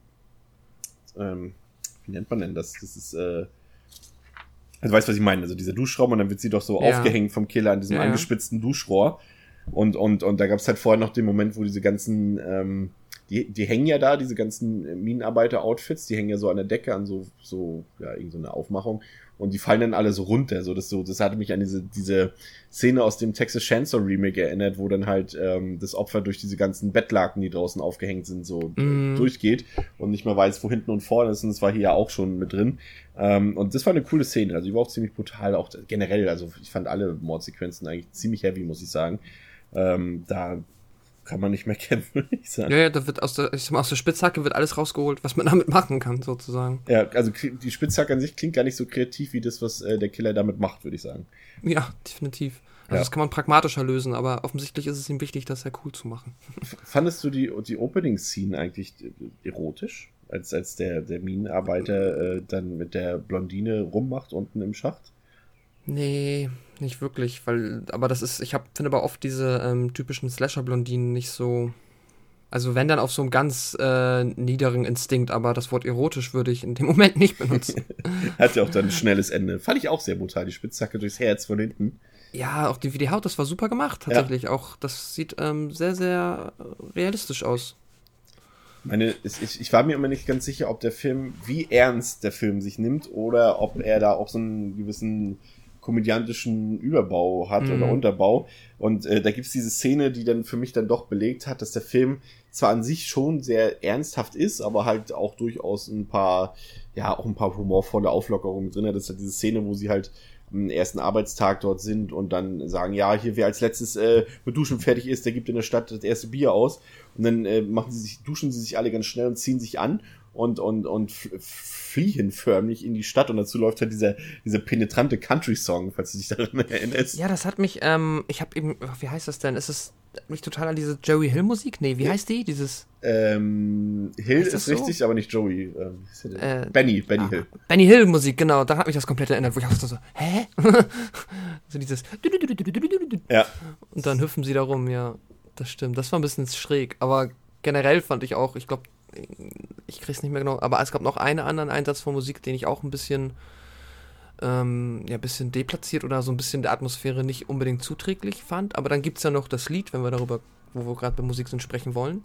ähm, wie nennt man denn das? Das ist, äh, also weißt du, was ich meine? Also dieser Duschraum, und dann wird sie doch so ja. aufgehängt vom Killer an diesem ja, angespitzten Duschrohr. Und, und, und da gab es halt vorher noch den Moment, wo diese ganzen, ähm, die, die hängen ja da, diese ganzen Minenarbeiter-Outfits, die hängen ja so an der Decke, an so, so, ja, irgend so eine Aufmachung. Und die fallen dann alle so runter, so das so, das hatte mich an diese diese Szene aus dem Texas Chainsaw Remake erinnert, wo dann halt ähm, das Opfer durch diese ganzen Bettlaken, die draußen aufgehängt sind, so mm. durchgeht und nicht mehr weiß, wo hinten und vorne ist. Und das war hier ja auch schon mit drin. Ähm, und das war eine coole Szene, also die war auch ziemlich brutal, auch generell. Also ich fand alle Mordsequenzen eigentlich ziemlich heavy, muss ich sagen. Ähm, da kann man nicht mehr kämpfen, würde ich sagen. Ja, ja, da wird aus der, ich sag mal, aus der Spitzhacke wird alles rausgeholt, was man damit machen kann, sozusagen. Ja, also die Spitzhacke an sich klingt gar nicht so kreativ wie das, was äh, der Killer damit macht, würde ich sagen. Ja, definitiv. Also ja. Das kann man pragmatischer lösen, aber offensichtlich ist es ihm wichtig, das sehr cool zu machen. Fandest du die, die Opening-Scene eigentlich erotisch? Als, als der, der Minenarbeiter äh, dann mit der Blondine rummacht unten im Schacht? Nee, nicht wirklich, weil, aber das ist, ich hab, finde aber oft diese ähm, typischen Slasher-Blondinen nicht so, also wenn dann auf so einem ganz äh, niederen Instinkt, aber das Wort erotisch würde ich in dem Moment nicht benutzen. Hat ja auch dann ein schnelles Ende. Fand ich auch sehr brutal, die Spitzhacke durchs Herz von hinten. Ja, auch die, wie die Haut, das war super gemacht, tatsächlich. Ja. Auch, das sieht ähm, sehr, sehr realistisch aus. Meine, ich, ich war mir immer nicht ganz sicher, ob der Film, wie ernst der Film sich nimmt oder ob er da auch so einen gewissen komödiantischen Überbau hat mhm. oder Unterbau. Und äh, da gibt's diese Szene, die dann für mich dann doch belegt hat, dass der Film zwar an sich schon sehr ernsthaft ist, aber halt auch durchaus ein paar, ja, auch ein paar humorvolle Auflockerungen drin hat. Das ist halt diese Szene, wo sie halt am ersten Arbeitstag dort sind und dann sagen, ja, hier, wer als letztes äh, mit Duschen fertig ist, der gibt in der Stadt das erste Bier aus. Und dann äh, machen sie sich, duschen sie sich alle ganz schnell und ziehen sich an und, und, und fliehen förmlich in die Stadt. Und dazu läuft halt dieser, dieser penetrante Country-Song, falls du dich daran erinnerst. Ja, das hat mich, ähm, ich habe eben, wie heißt das denn? Ist es mich total an diese Joey Hill Musik. Nee, wie Ja. heißt die? Dieses Ähm, Hill Heißt ist das so? richtig, aber nicht Joey. Ähm, wie ist der denn? Äh, Benny, Benny ah, Hill. Benny Hill Musik, genau. Da hat mich das komplett erinnert, wo ich auch so, hä? So dieses Ja. und dann hüpfen sie da rum, ja. Das stimmt. Das war ein bisschen schräg. Aber generell fand ich auch, ich glaube, ich krieg's nicht mehr genau, aber es gab noch einen anderen Einsatz von Musik, den ich auch ein bisschen, ähm, ja, ein bisschen deplatziert oder so ein bisschen der Atmosphäre nicht unbedingt zuträglich fand. Aber dann gibt's ja noch das Lied, wenn wir darüber, wo wir gerade bei Musik sind, sprechen wollen.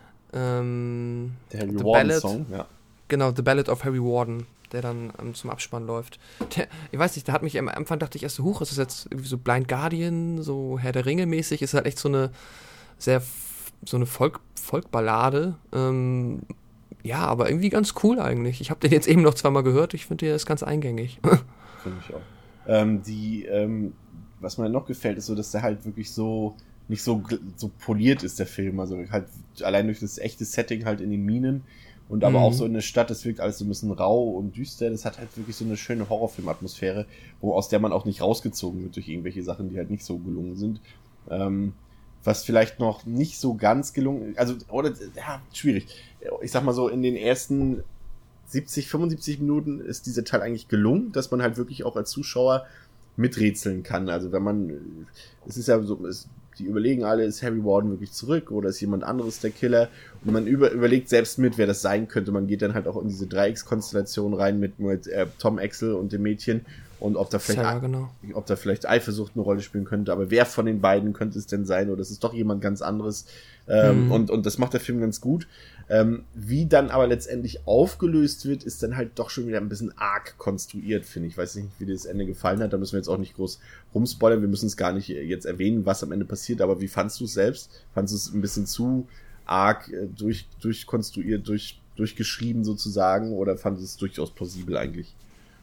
Ähm, Der Harry The Warden Ballad. Song, ja. Genau, The Ballad of Harry Warden, der dann ähm, zum Abspann läuft. Der, ich weiß nicht, da hat mich am Anfang dachte ich erst so, huch, ist das jetzt irgendwie so Blind Guardian, so Herr der Ringe mäßig, ist halt echt so eine sehr, f- so eine Volk, Folkballade. Ähm, ja, aber irgendwie ganz cool eigentlich. Ich habe den jetzt eben noch zweimal gehört, ich finde, der ist ganz eingängig. Finde ich auch. Ähm, die, ähm, was mir noch gefällt, ist so, dass der halt wirklich so, nicht so, gl- so poliert ist, der Film. Also halt allein durch das echte Setting halt in den Minen und aber Mhm. auch so in der Stadt, das wirkt alles so ein bisschen rau und düster. Das hat halt wirklich so eine schöne Horrorfilm-Atmosphäre, wo, aus der man auch nicht rausgezogen wird durch irgendwelche Sachen, die halt nicht so gelungen sind. Ähm, was vielleicht noch nicht so ganz gelungen, also, oder, ja, schwierig. Ich sag mal so, in den ersten siebzig, fünfundsiebzig Minuten ist dieser Teil eigentlich gelungen, dass man halt wirklich auch als Zuschauer miträtseln kann. Also wenn man, es ist ja so, es, die überlegen alle, ist Harry Warden wirklich zurück oder ist jemand anderes der Killer? Und man über, überlegt selbst mit, wer das sein könnte. Man geht dann halt auch in diese Dreieckskonstellation rein mit, mit äh, Tom Axel und dem Mädchen und ob da vielleicht Sarah, genau. ob da vielleicht Eifersucht eine Rolle spielen könnte, aber wer von den beiden könnte es denn sein? Oder es ist doch jemand ganz anderes. Ähm, Mhm. und, und das macht der Film ganz gut. Ähm, wie dann aber letztendlich aufgelöst wird, ist dann halt doch schon wieder ein bisschen arg konstruiert, finde ich. Ich weiß nicht, wie dir das Ende gefallen hat. Da müssen wir jetzt auch nicht groß rumspoilern. Wir müssen es gar nicht jetzt erwähnen, was am Ende passiert. Aber wie fandst du es selbst? Fandst du es ein bisschen zu arg äh, durch, durchkonstruiert, durch, durchgeschrieben sozusagen? Oder fandest du es durchaus plausibel eigentlich?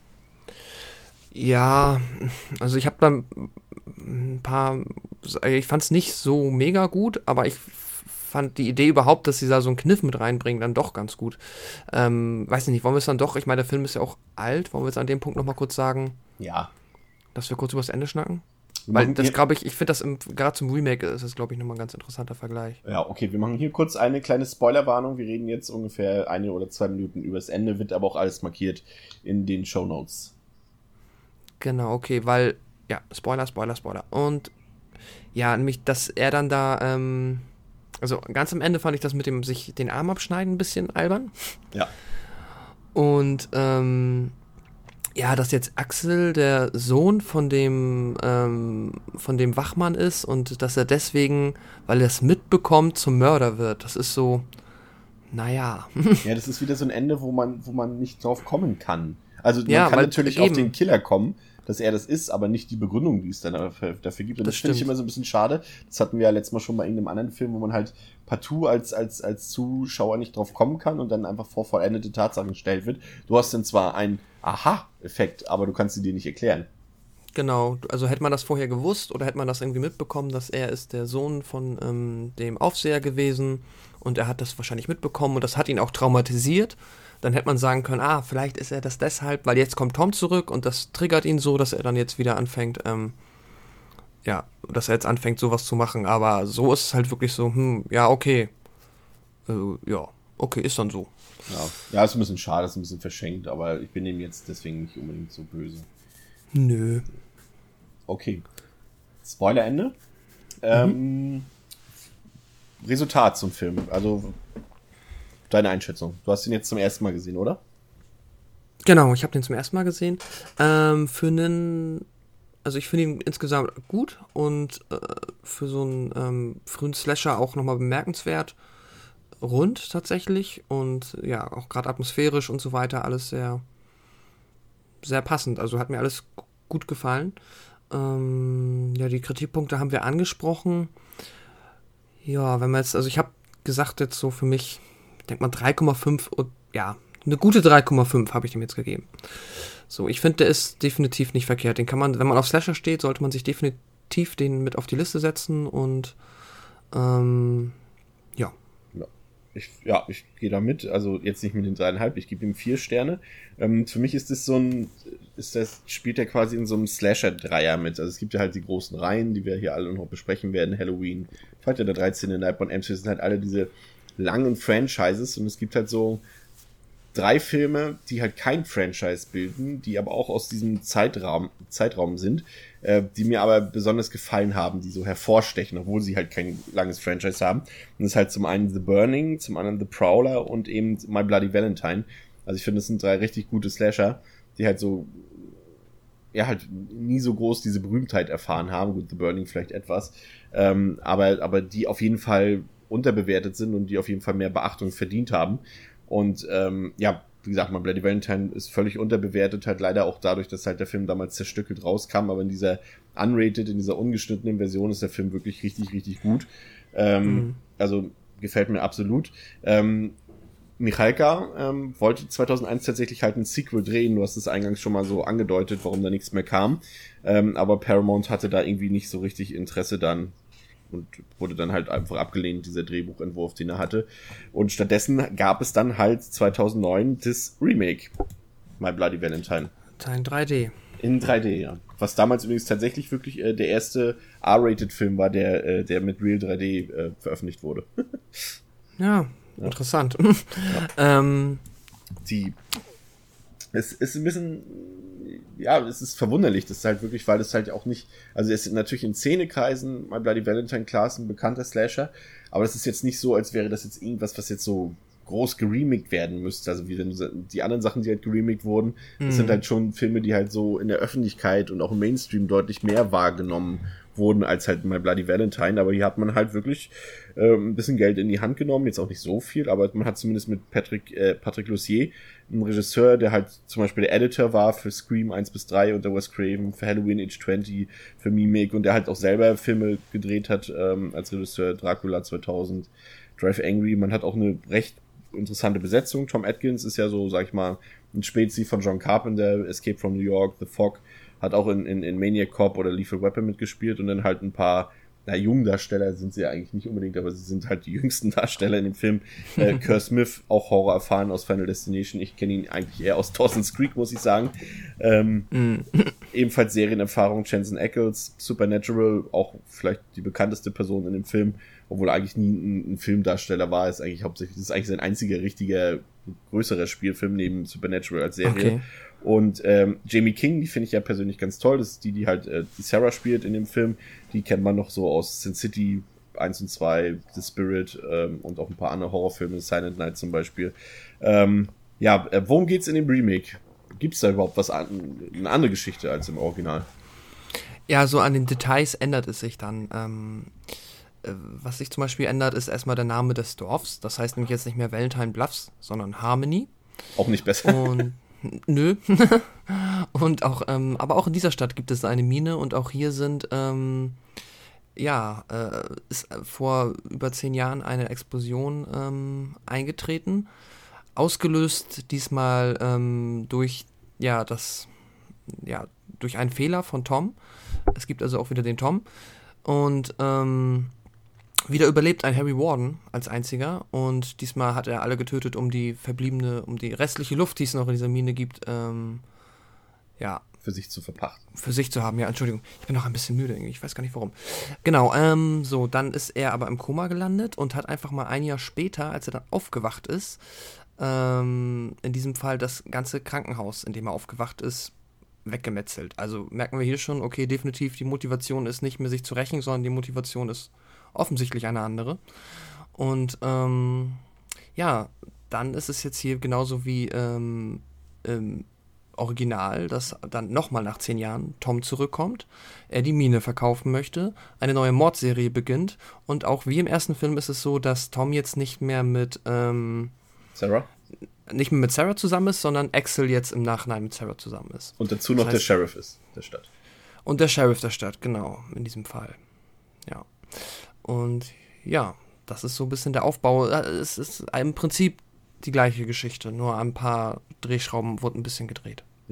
Ja, also ich habe da ein paar, ich fand es nicht so mega gut, aber ich fand die Idee überhaupt, dass sie da so einen Kniff mit reinbringen, dann doch ganz gut. Ähm, weiß nicht, wollen wir es dann doch, ich meine, der Film ist ja auch alt, wollen wir jetzt an dem Punkt nochmal kurz sagen, Ja. dass wir kurz über das Ende schnacken? Wir Weil machen das hier- glaube ich, ich finde das im- gerade zum Remake ist das, glaube ich, nochmal ein ganz interessanter Vergleich. Ja, okay, wir machen hier kurz eine kleine Spoilerwarnung. Wir reden jetzt ungefähr eine oder zwei Minuten übers Ende, wird aber auch alles markiert in den Shownotes. Genau, okay, weil, ja, Spoiler, Spoiler, Spoiler. Und ja, nämlich, dass er dann da, ähm, also ganz am Ende fand ich das mit dem sich den Arm abschneiden ein bisschen albern. Ja. Und ähm, ja, dass jetzt Axel der Sohn von dem ähm, von dem Wachmann ist und dass er deswegen, weil er es mitbekommt, zum Mörder wird. Das ist so, naja. Ja, das ist wieder so ein Ende, wo man, wo man nicht drauf kommen kann. Also man Ja, kann weil natürlich eben- auf den Killer kommen, dass er das ist, aber nicht die Begründung, die es dann dafür, dafür gibt. Und das, Das finde ich stimmt. immer so ein bisschen schade. Das hatten wir ja letztes Mal schon bei irgendeinem anderen Film, wo man halt partout als, als, als Zuschauer nicht drauf kommen kann und dann einfach vor vollendete Tatsachen gestellt wird. Du hast dann zwar einen Aha-Effekt, aber du kannst sie dir nicht erklären. Genau, also hätte man das vorher gewusst oder hätte man das irgendwie mitbekommen, dass er ist der Sohn von ähm, dem Aufseher gewesen und er hat das wahrscheinlich mitbekommen und das hat ihn auch traumatisiert, dann hätte man sagen können, ah, vielleicht ist er das deshalb, weil jetzt kommt Tom zurück und das triggert ihn so, dass er dann jetzt wieder anfängt, ähm, ja, dass er jetzt anfängt, sowas zu machen, aber so ist es halt wirklich so, hm, ja, okay, äh, ja, okay, ist dann so. Ja, ja, ist ein bisschen schade, ist ein bisschen verschenkt, aber ich bin ihm jetzt deswegen nicht unbedingt so böse. Nö. Okay. Spoilerende. Ähm, Resultat zum Film. Also deine Einschätzung. Du hast ihn jetzt zum ersten Mal gesehen, oder? Genau, ich habe den zum ersten Mal gesehen. Ähm, für einen, also ich finde ihn insgesamt gut und äh, für so einen ähm, frühen Slasher auch nochmal bemerkenswert rund tatsächlich und ja, auch gerade atmosphärisch und so weiter alles sehr, sehr passend. Also hat mir alles g- gut gefallen. Ähm, ja, die Kritikpunkte haben wir angesprochen. Ja, wenn man jetzt, also ich habe gesagt jetzt so für mich, ich denke mal drei Komma fünf und ja, eine gute drei Komma fünf habe ich dem jetzt gegeben. So, ich finde, der ist definitiv nicht verkehrt. Den kann man, wenn man auf Slasher steht, sollte man sich definitiv den mit auf die Liste setzen und ähm, ja. Ja. Ich, ja, ich gehe da mit. Also jetzt nicht mit den dreieinhalb, ich gebe ihm vier Sterne. Ähm, für mich ist das so ein, ist das, spielt er quasi in so einem Slasher-Dreier mit. Also es gibt ja halt die großen Reihen, die wir hier alle noch besprechen werden. Halloween, Freitag der dreizehnte, Nightmare on Elm Street, sind halt alle diese langen Franchises. Und es gibt halt so drei Filme, die halt kein Franchise bilden, die aber auch aus diesem Zeitraum, Zeitraum sind, äh, die mir aber besonders gefallen haben, die so hervorstechen, obwohl sie halt kein langes Franchise haben. Und das ist halt zum einen The Burning, zum anderen The Prowler und eben My Bloody Valentine. Also ich finde, das sind drei richtig gute Slasher, die halt so, ja, halt nie so groß diese Berühmtheit erfahren haben. Gut, The Burning vielleicht etwas, ähm, aber, aber die auf jeden Fall unterbewertet sind und die auf jeden Fall mehr Beachtung verdient haben. Und ähm, ja, wie gesagt, My Bloody Valentine ist völlig unterbewertet, halt leider auch dadurch, dass halt der Film damals zerstückelt rauskam, aber in dieser unrated, in dieser ungeschnittenen Version ist der Film wirklich richtig, richtig gut. Ähm, mhm. Also gefällt mir absolut. Ähm, Michalka ähm, wollte zweitausendeins tatsächlich halt ein Sequel drehen, du hast es eingangs schon mal so angedeutet, warum da nichts mehr kam. Ähm, aber Paramount hatte da irgendwie nicht so richtig Interesse dann. Und wurde dann halt einfach abgelehnt, dieser Drehbuchentwurf, den er hatte. Und stattdessen gab es dann halt zweitausendneun das Remake, My Bloody Valentine. In drei D. In drei D, ja. Was damals übrigens tatsächlich wirklich äh, der erste R-Rated-Film war, der äh, der mit Real drei D äh, veröffentlicht wurde. ja, ja, interessant. Ja. ähm. Die Es ist ein bisschen, ja, es ist verwunderlich, das ist halt wirklich, weil es halt auch nicht, also es ist natürlich in Szenekreisen, My Bloody Valentine, klar, ist ein bekannter Slasher, aber das ist jetzt nicht so, als wäre das jetzt irgendwas, was jetzt so groß geremaked werden müsste, also wie denn die anderen Sachen, die halt geremaked wurden, das mhm. sind halt schon Filme, die halt so in der Öffentlichkeit und auch im Mainstream deutlich mehr wahrgenommen wurden als halt My Bloody Valentine, aber hier hat man halt wirklich äh, ein bisschen Geld in die Hand genommen, jetzt auch nicht so viel, aber man hat zumindest mit Patrick äh, Patrick Lussier, ein Regisseur, der halt zum Beispiel der Editor war für Scream eins bis drei unter Wes Craven, für Halloween Age zwanzig, für Mimic und der halt auch selber Filme gedreht hat ähm, als Regisseur, Dracula zweitausend, Drive Angry, man hat auch eine recht interessante Besetzung, Tom Atkins ist ja so, sag ich mal, ein Spezi von John Carpenter, Escape from New York, The Fog, hat auch in, in, in Maniac Cop oder Lethal Weapon mitgespielt und dann halt ein paar, na, Jungdarsteller sind sie ja eigentlich nicht unbedingt, aber sie sind halt die jüngsten Darsteller in dem Film. äh, Kerr Smith, auch Horror erfahren aus Final Destination. Ich kenne ihn eigentlich eher aus Dawson's Creek, muss ich sagen. Ähm, mm. Ebenfalls Serienerfahrung, Jensen Ackles, Supernatural, auch vielleicht die bekannteste Person in dem Film, obwohl er eigentlich nie ein, ein Filmdarsteller war, ist eigentlich hauptsächlich, das ist eigentlich sein einziger richtiger, größerer Spielfilm neben Supernatural als Serie. Okay. Und ähm, Jamie King, die finde ich ja persönlich ganz toll. Das ist die, die halt äh, die Sarah spielt in dem Film. Die kennt man noch so aus Sin City eins und zwei, The Spirit ähm, und auch ein paar andere Horrorfilme, Silent Night zum Beispiel. Ähm, ja, äh, worum geht's in dem Remake? Gibt's da überhaupt was an, eine andere Geschichte als im Original? Ja, so an den Details ändert es sich dann. Ähm, äh, was sich zum Beispiel ändert, ist erstmal der Name des Dorfs. Das heißt nämlich jetzt nicht mehr Valentine Bluffs, sondern Harmony. Auch nicht besser. Und nö. und auch, ähm, aber auch in dieser Stadt gibt es eine Mine und auch hier sind, ähm, ja, äh, ist vor über zehn Jahren eine Explosion ähm, eingetreten. Ausgelöst diesmal ähm, durch, ja, das, ja, durch einen Fehler von Tom. Es gibt also auch wieder den Tom. Und, ähm, wieder überlebt ein Harry Warden als einziger und diesmal hat er alle getötet, um die verbliebene, um die restliche Luft, die es noch in dieser Mine gibt, ähm, ja. Für sich zu verpachten. Für sich zu haben, ja, Entschuldigung. Ich bin noch ein bisschen müde irgendwie, ich weiß gar nicht warum. Genau, ähm, so, dann ist er aber im Koma gelandet und hat einfach mal ein Jahr später, als er dann aufgewacht ist, ähm, in diesem Fall das ganze Krankenhaus, in dem er aufgewacht ist, weggemetzelt. Also merken wir hier schon, okay, definitiv die Motivation ist nicht mehr sich zu rächen, sondern die Motivation ist offensichtlich eine andere. Und ähm, ja, dann ist es jetzt hier genauso wie ähm, im Original, dass dann nochmal nach zehn Jahren Tom zurückkommt, er die Mine verkaufen möchte, eine neue Mordserie beginnt und auch wie im ersten Film ist es so, dass Tom jetzt nicht mehr mit ähm, Sarah? nicht mehr mit Sarah zusammen ist, sondern Axel jetzt im Nachhinein mit Sarah zusammen ist. Und dazu noch das heißt, der Sheriff ist, der Stadt. Und der Sheriff der Stadt, genau, in diesem Fall. Ja. Und ja, das ist so ein bisschen der Aufbau. Es ist im Prinzip die gleiche Geschichte, nur ein paar Drehschrauben wurden ein bisschen gedreht. Ja,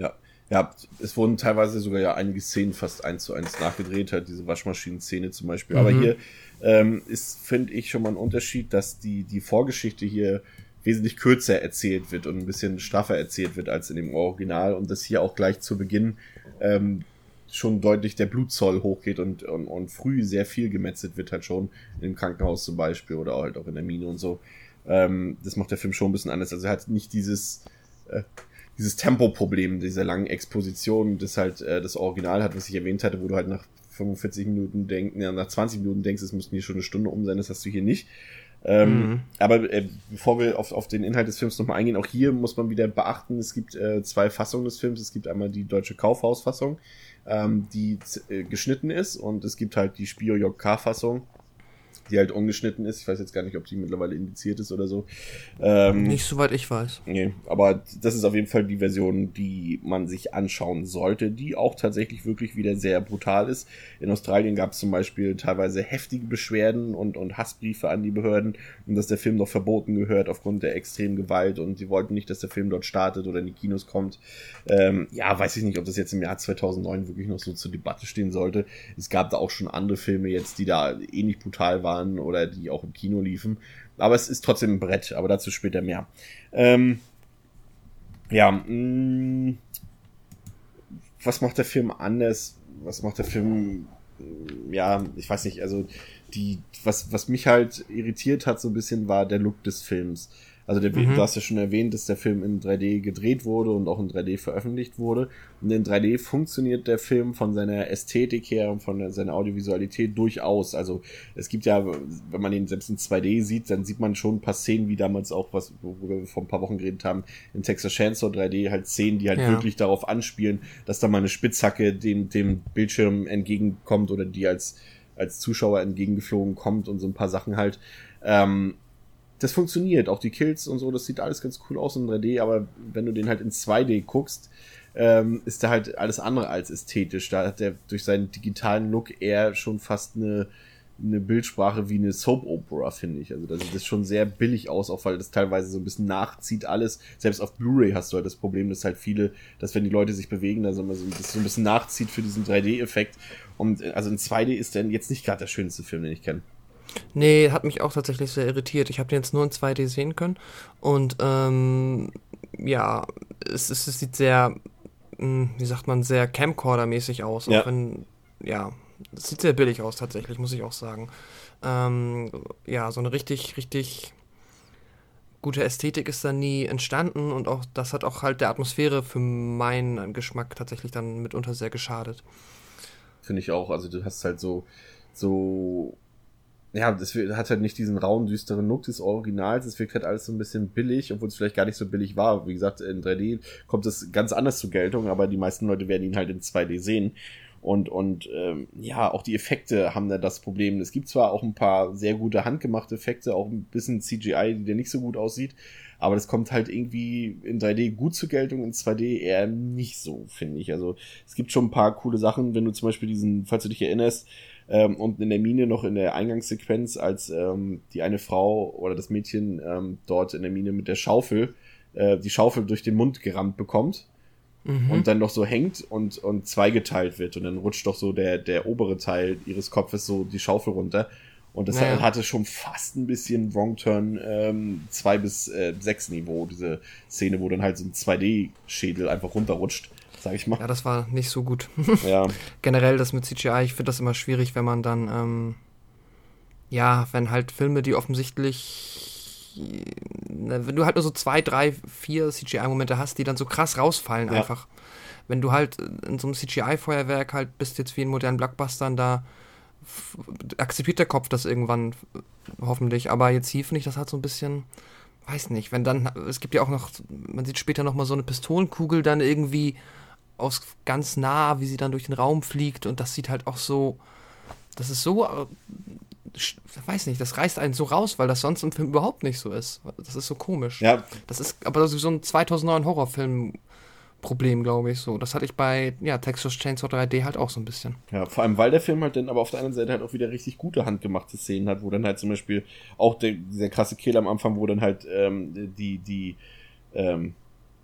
Ja, es wurden teilweise sogar ja einige Szenen fast eins zu eins nachgedreht, halt diese Waschmaschinen-Szene zum Beispiel. Mhm. Aber hier ähm, ist, finde ich, schon mal ein Unterschied, dass die, die Vorgeschichte hier wesentlich kürzer erzählt wird und ein bisschen straffer erzählt wird als in dem Original und dass hier auch gleich zu Beginn ähm, schon deutlich der Blutzoll hochgeht und, und, und früh sehr viel gemetzelt wird halt schon, im Krankenhaus zum Beispiel oder halt auch in der Mine und so. Ähm, das macht der Film schon ein bisschen anders. Also er hat nicht dieses äh, dieses Tempoproblem dieser langen Exposition, das halt äh, das Original hat, was ich erwähnt hatte, wo du halt nach fünfundvierzig Minuten denkst, ja, nach zwanzig Minuten denkst, es müssten hier schon eine Stunde um sein, das hast du hier nicht. Ähm, mhm. Aber äh, bevor wir auf, auf den Inhalt des Films nochmal eingehen, auch hier muss man wieder beachten, es gibt äh, zwei Fassungen des Films. Es gibt einmal die deutsche Kaufhausfassung, ähm, die äh, geschnitten ist, und es gibt halt die Spio J K-Fassung, die halt ungeschnitten ist. Ich weiß jetzt gar nicht, ob die mittlerweile indiziert ist oder so. Ähm, nicht soweit ich weiß. Nee, aber das ist auf jeden Fall die Version, die man sich anschauen sollte, die auch tatsächlich wirklich wieder sehr brutal ist. In Australien gab es zum Beispiel teilweise heftige Beschwerden und, und Hassbriefe an die Behörden, und dass der Film doch verboten gehört aufgrund der extremen Gewalt, und die wollten nicht, dass der Film dort startet oder in die Kinos kommt. Ähm, ja, weiß ich nicht, ob das jetzt im Jahr zweitausendneun wirklich noch so zur Debatte stehen sollte. Es gab da auch schon andere Filme jetzt, die da ähnlich brutal waren oder die auch im Kino liefen. Aber es ist trotzdem ein Brett, aber dazu später mehr. Ähm, ja, mh, was macht der Film anders? Was macht der Film, ja, ich weiß nicht, also die, was, was mich halt irritiert hat so ein bisschen, war der Look des Films. Also der, mhm. du hast ja schon erwähnt, dass der Film in drei D gedreht wurde und auch in drei D veröffentlicht wurde. Und in drei D funktioniert der Film von seiner Ästhetik her und von seiner Audiovisualität durchaus. Also es gibt ja, wenn man ihn selbst in zwei D sieht, dann sieht man schon ein paar Szenen, wie damals auch, was, worüber wir vor ein paar Wochen geredet haben, in Texas Chainsaw drei D, halt Szenen, die halt ja. wirklich darauf anspielen, dass da mal eine Spitzhacke dem, dem Bildschirm entgegenkommt oder die als, als Zuschauer entgegengeflogen kommt und so ein paar Sachen halt. Ähm, Das funktioniert, auch die Kills und so, das sieht alles ganz cool aus in drei D, aber wenn du den halt in zwei D guckst, ähm, ist da halt alles andere als ästhetisch. Da hat er durch seinen digitalen Look eher schon fast eine, eine Bildsprache wie eine Soap-Opera, finde ich. Also das sieht das schon sehr billig aus, auch weil das teilweise so ein bisschen nachzieht alles. Selbst auf Blu-ray hast du halt das Problem, dass halt viele, dass wenn die Leute sich bewegen, da so, das so ein bisschen nachzieht für diesen drei D-Effekt. Und also in zwei D ist der jetzt nicht gerade der schönste Film, den ich kenne. Nee, hat mich auch tatsächlich sehr irritiert. Ich habe den jetzt nur in zwei D sehen können. Und ähm, ja, es, es, es sieht sehr, mh, wie sagt man, sehr Camcorder-mäßig aus. Ja. Auch wenn, ja, es sieht sehr billig aus tatsächlich, muss ich auch sagen. Ähm, ja, so eine richtig, richtig gute Ästhetik ist da nie entstanden. Und auch das hat auch halt der Atmosphäre für meinen Geschmack tatsächlich dann mitunter sehr geschadet. Finde ich auch. Also du hast halt so, so... Ja, das hat halt nicht diesen rauen, düsteren Look des Originals. Es wirkt halt alles so ein bisschen billig, obwohl es vielleicht gar nicht so billig war. Wie gesagt, in drei D kommt es ganz anders zur Geltung, aber die meisten Leute werden ihn halt in zwei D sehen. Und, und ähm, ja, auch die Effekte haben da das Problem. Es gibt zwar auch ein paar sehr gute handgemachte Effekte, auch ein bisschen C G I, der nicht so gut aussieht, aber das kommt halt irgendwie in drei D gut zur Geltung, in zwei D eher nicht so, finde ich. Also es gibt schon ein paar coole Sachen, wenn du zum Beispiel diesen, falls du dich erinnerst, Ähm, und in der Mine noch in der Eingangssequenz, als ähm, die eine Frau oder das Mädchen ähm, dort in der Mine mit der Schaufel äh, die Schaufel durch den Mund gerammt bekommt mhm. und dann noch so hängt und und zweigeteilt wird und dann rutscht doch so der der obere Teil ihres Kopfes so die Schaufel runter und das naja. hatte schon fast ein bisschen Wrong Turn ähm, zwei bis sechs Niveau, diese Szene, wo dann halt so ein zwei D-Schädel einfach runterrutscht. Sag ich mal. Ja, das war nicht so gut. Ja. Generell das mit C G I, ich finde das immer schwierig, wenn man dann, ähm, ja, wenn halt Filme, die offensichtlich, wenn du halt nur so zwei, drei, vier C G I-Momente hast, die dann so krass rausfallen ja. einfach. Wenn du halt in so einem C G I-Feuerwerk halt bist jetzt wie in modernen Blockbustern, da f- akzeptiert der Kopf das irgendwann hoffentlich, aber jetzt hier finde ich das halt so ein bisschen... Weiß nicht, wenn dann, es gibt ja auch noch, man sieht später noch mal so eine Pistolenkugel dann irgendwie aus ganz nah, wie sie dann durch den Raum fliegt und das sieht halt auch so, das ist so, ich weiß nicht, das reißt einen so raus, weil das sonst im Film überhaupt nicht so ist. Das ist so komisch. Ja. Das ist aber so ein zweitausendneun Horrorfilm-Problem, glaube ich, so. Das hatte ich bei, ja, Texas Chainsaw drei D halt auch so ein bisschen. Ja, vor allem, weil der Film halt dann aber auf der anderen Seite halt auch wieder richtig gute handgemachte Szenen hat, wo dann halt zum Beispiel auch der, dieser krasse Kill am Anfang, wo dann halt ähm, die, die, ähm,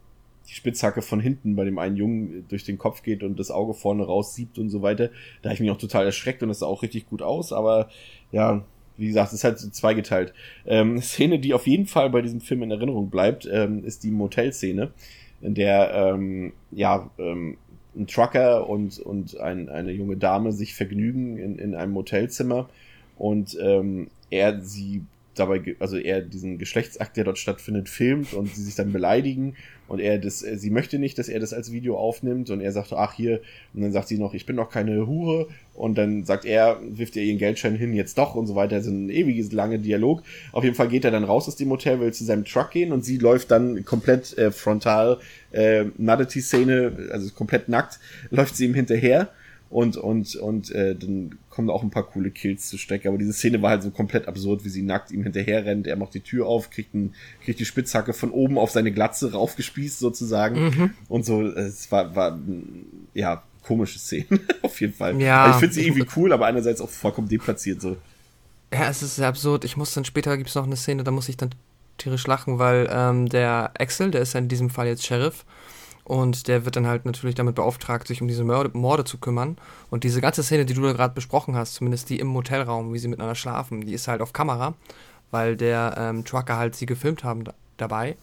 die Spitzhacke von hinten bei dem einen Jungen durch den Kopf geht und das Auge vorne raussiebt und so weiter. Da habe ich mich auch total erschreckt und das sah auch richtig gut aus, aber ja, wie gesagt, es ist halt so zweigeteilt. Ähm, Szene, die auf jeden Fall bei diesem Film in Erinnerung bleibt, ähm, ist die Motelszene, in der ähm, ja ähm, ein Trucker und und ein, eine junge Dame sich vergnügen in, in einem Motelzimmer und ähm, er sie dabei, also er diesen Geschlechtsakt, der dort stattfindet, filmt und sie sich dann beleidigen und er das, sie möchte nicht, dass er das als Video aufnimmt und er sagt, ach hier, und dann sagt sie noch, ich bin doch keine Hure und dann sagt er, wirft ihr ihren Geldschein hin, jetzt doch und so weiter, das ist ein ewiges, lange Dialog. Auf jeden Fall geht er dann raus aus dem Hotel, will zu seinem Truck gehen und sie läuft dann komplett äh, frontal, äh, Nudity-Szene, also komplett nackt, läuft sie ihm hinterher. Und, und, und äh, dann kommen auch ein paar coole Kills zu Strecke. Aber diese Szene war halt so komplett absurd, wie sie nackt ihm hinterher rennt. Er macht die Tür auf, kriegt, ein, kriegt die Spitzhacke von oben auf seine Glatze raufgespießt sozusagen. Mhm. Und so, es war, war ja, komische Szene, auf jeden Fall. Ja. Also ich finde sie irgendwie cool, aber einerseits auch vollkommen deplatziert so. Ja, es ist sehr absurd. Ich muss dann später, gibt's noch eine Szene, da muss ich dann tierisch lachen, weil ähm, der Axel, der ist ja in diesem Fall jetzt Sheriff, und der wird dann halt natürlich damit beauftragt, sich um diese Morde, Morde zu kümmern. Und diese ganze Szene, die du da gerade besprochen hast, zumindest die im Motelraum, wie sie miteinander schlafen, die ist halt auf Kamera, weil der ähm, Trucker halt sie gefilmt haben da, dabei.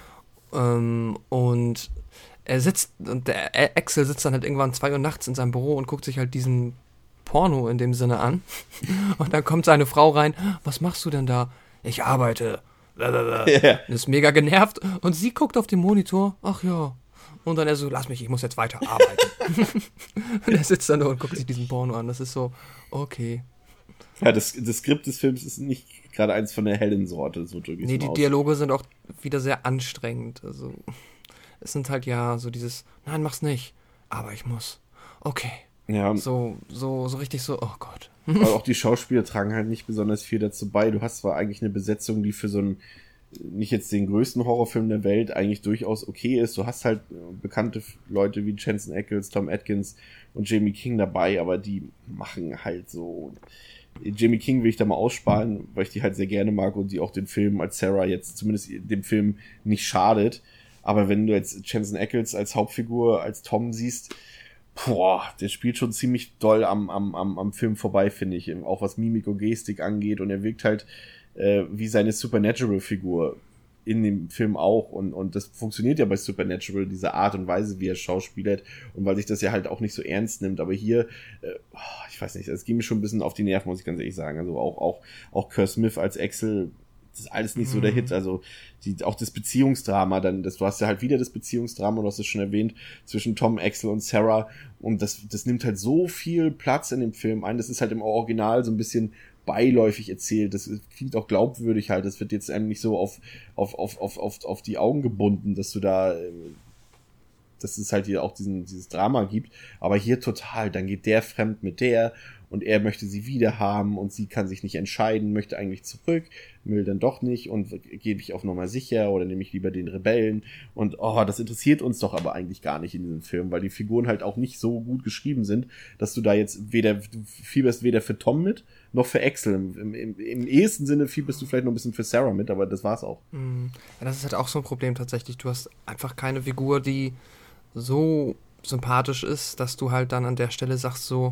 Ähm, und er sitzt, und der Axel sitzt dann halt irgendwann zwei Uhr nachts in seinem Büro und guckt sich halt diesen Porno in dem Sinne an. Und dann kommt seine Frau rein, was machst du denn da? Ich arbeite. Yeah. Ist mega genervt. Und sie guckt auf den Monitor, ach ja. Und dann er so, lass mich, ich muss jetzt weiter arbeiten. Und er sitzt dann da und guckt sich diesen Porno an. Das ist so, okay. Ja, das, das Skript des Films ist nicht gerade eins von der hellen Sorte. So nee, die aus. Dialoge sind auch wieder sehr anstrengend. Also, es sind halt ja so dieses, nein, mach's nicht. Aber ich muss. Okay. Ja. So, so, so richtig so, oh Gott. Aber auch die Schauspieler tragen halt nicht besonders viel dazu bei. Du hast zwar eigentlich eine Besetzung, die für so einen nicht jetzt den größten Horrorfilm der Welt eigentlich durchaus okay ist. Du hast halt bekannte Leute wie Jensen Ackles, Tom Atkins und Jamie King dabei, aber die machen halt so... Jamie King will ich da mal aussparen, weil ich die halt sehr gerne mag und die auch den Film als Sarah jetzt zumindest dem Film nicht schadet. Aber wenn du jetzt Jensen Ackles als Hauptfigur, als Tom siehst, boah, der spielt schon ziemlich doll am, am, am, am Film vorbei, finde ich. Auch was Mimik und Gestik angeht und er wirkt halt wie seine Supernatural-Figur in dem Film auch und, und das funktioniert ja bei Supernatural, diese Art und Weise, wie er schauspielert und weil sich das ja halt auch nicht so ernst nimmt, aber hier, äh, ich weiß nicht, es ging mir schon ein bisschen auf die Nerven, muss ich ganz ehrlich sagen, also auch, auch, auch Kerr Smith als Axel, das ist alles nicht so der Hit, also die, auch das Beziehungsdrama, dann, das, du hast ja halt wieder das Beziehungsdrama, du hast es schon erwähnt, zwischen Tom, Axel und Sarah und das, das nimmt halt so viel Platz in dem Film ein, das ist halt im Original so ein bisschen beiläufig erzählt, das klingt auch glaubwürdig halt, das wird jetzt einem nicht so auf, auf, auf, auf, auf, auf die Augen gebunden, dass du da, dass es halt hier auch diesen, dieses Drama gibt, aber hier total, dann geht der fremd mit der und er möchte sie wieder haben und sie kann sich nicht entscheiden, möchte eigentlich zurück, will dann doch nicht und gebe ich auf Nummer sicher oder nehme ich lieber den Rebellen und oh, das interessiert uns doch aber eigentlich gar nicht in diesem Film, weil die Figuren halt auch nicht so gut geschrieben sind, dass du da jetzt weder, du fieberst weder für Tom mit, noch für Axel. Im, im, im ehesten Sinne fieberst du vielleicht noch ein bisschen für Sarah mit, aber das war's auch. Ja, das ist halt auch so ein Problem tatsächlich. Du hast einfach keine Figur, die so sympathisch ist, dass du halt dann an der Stelle sagst so,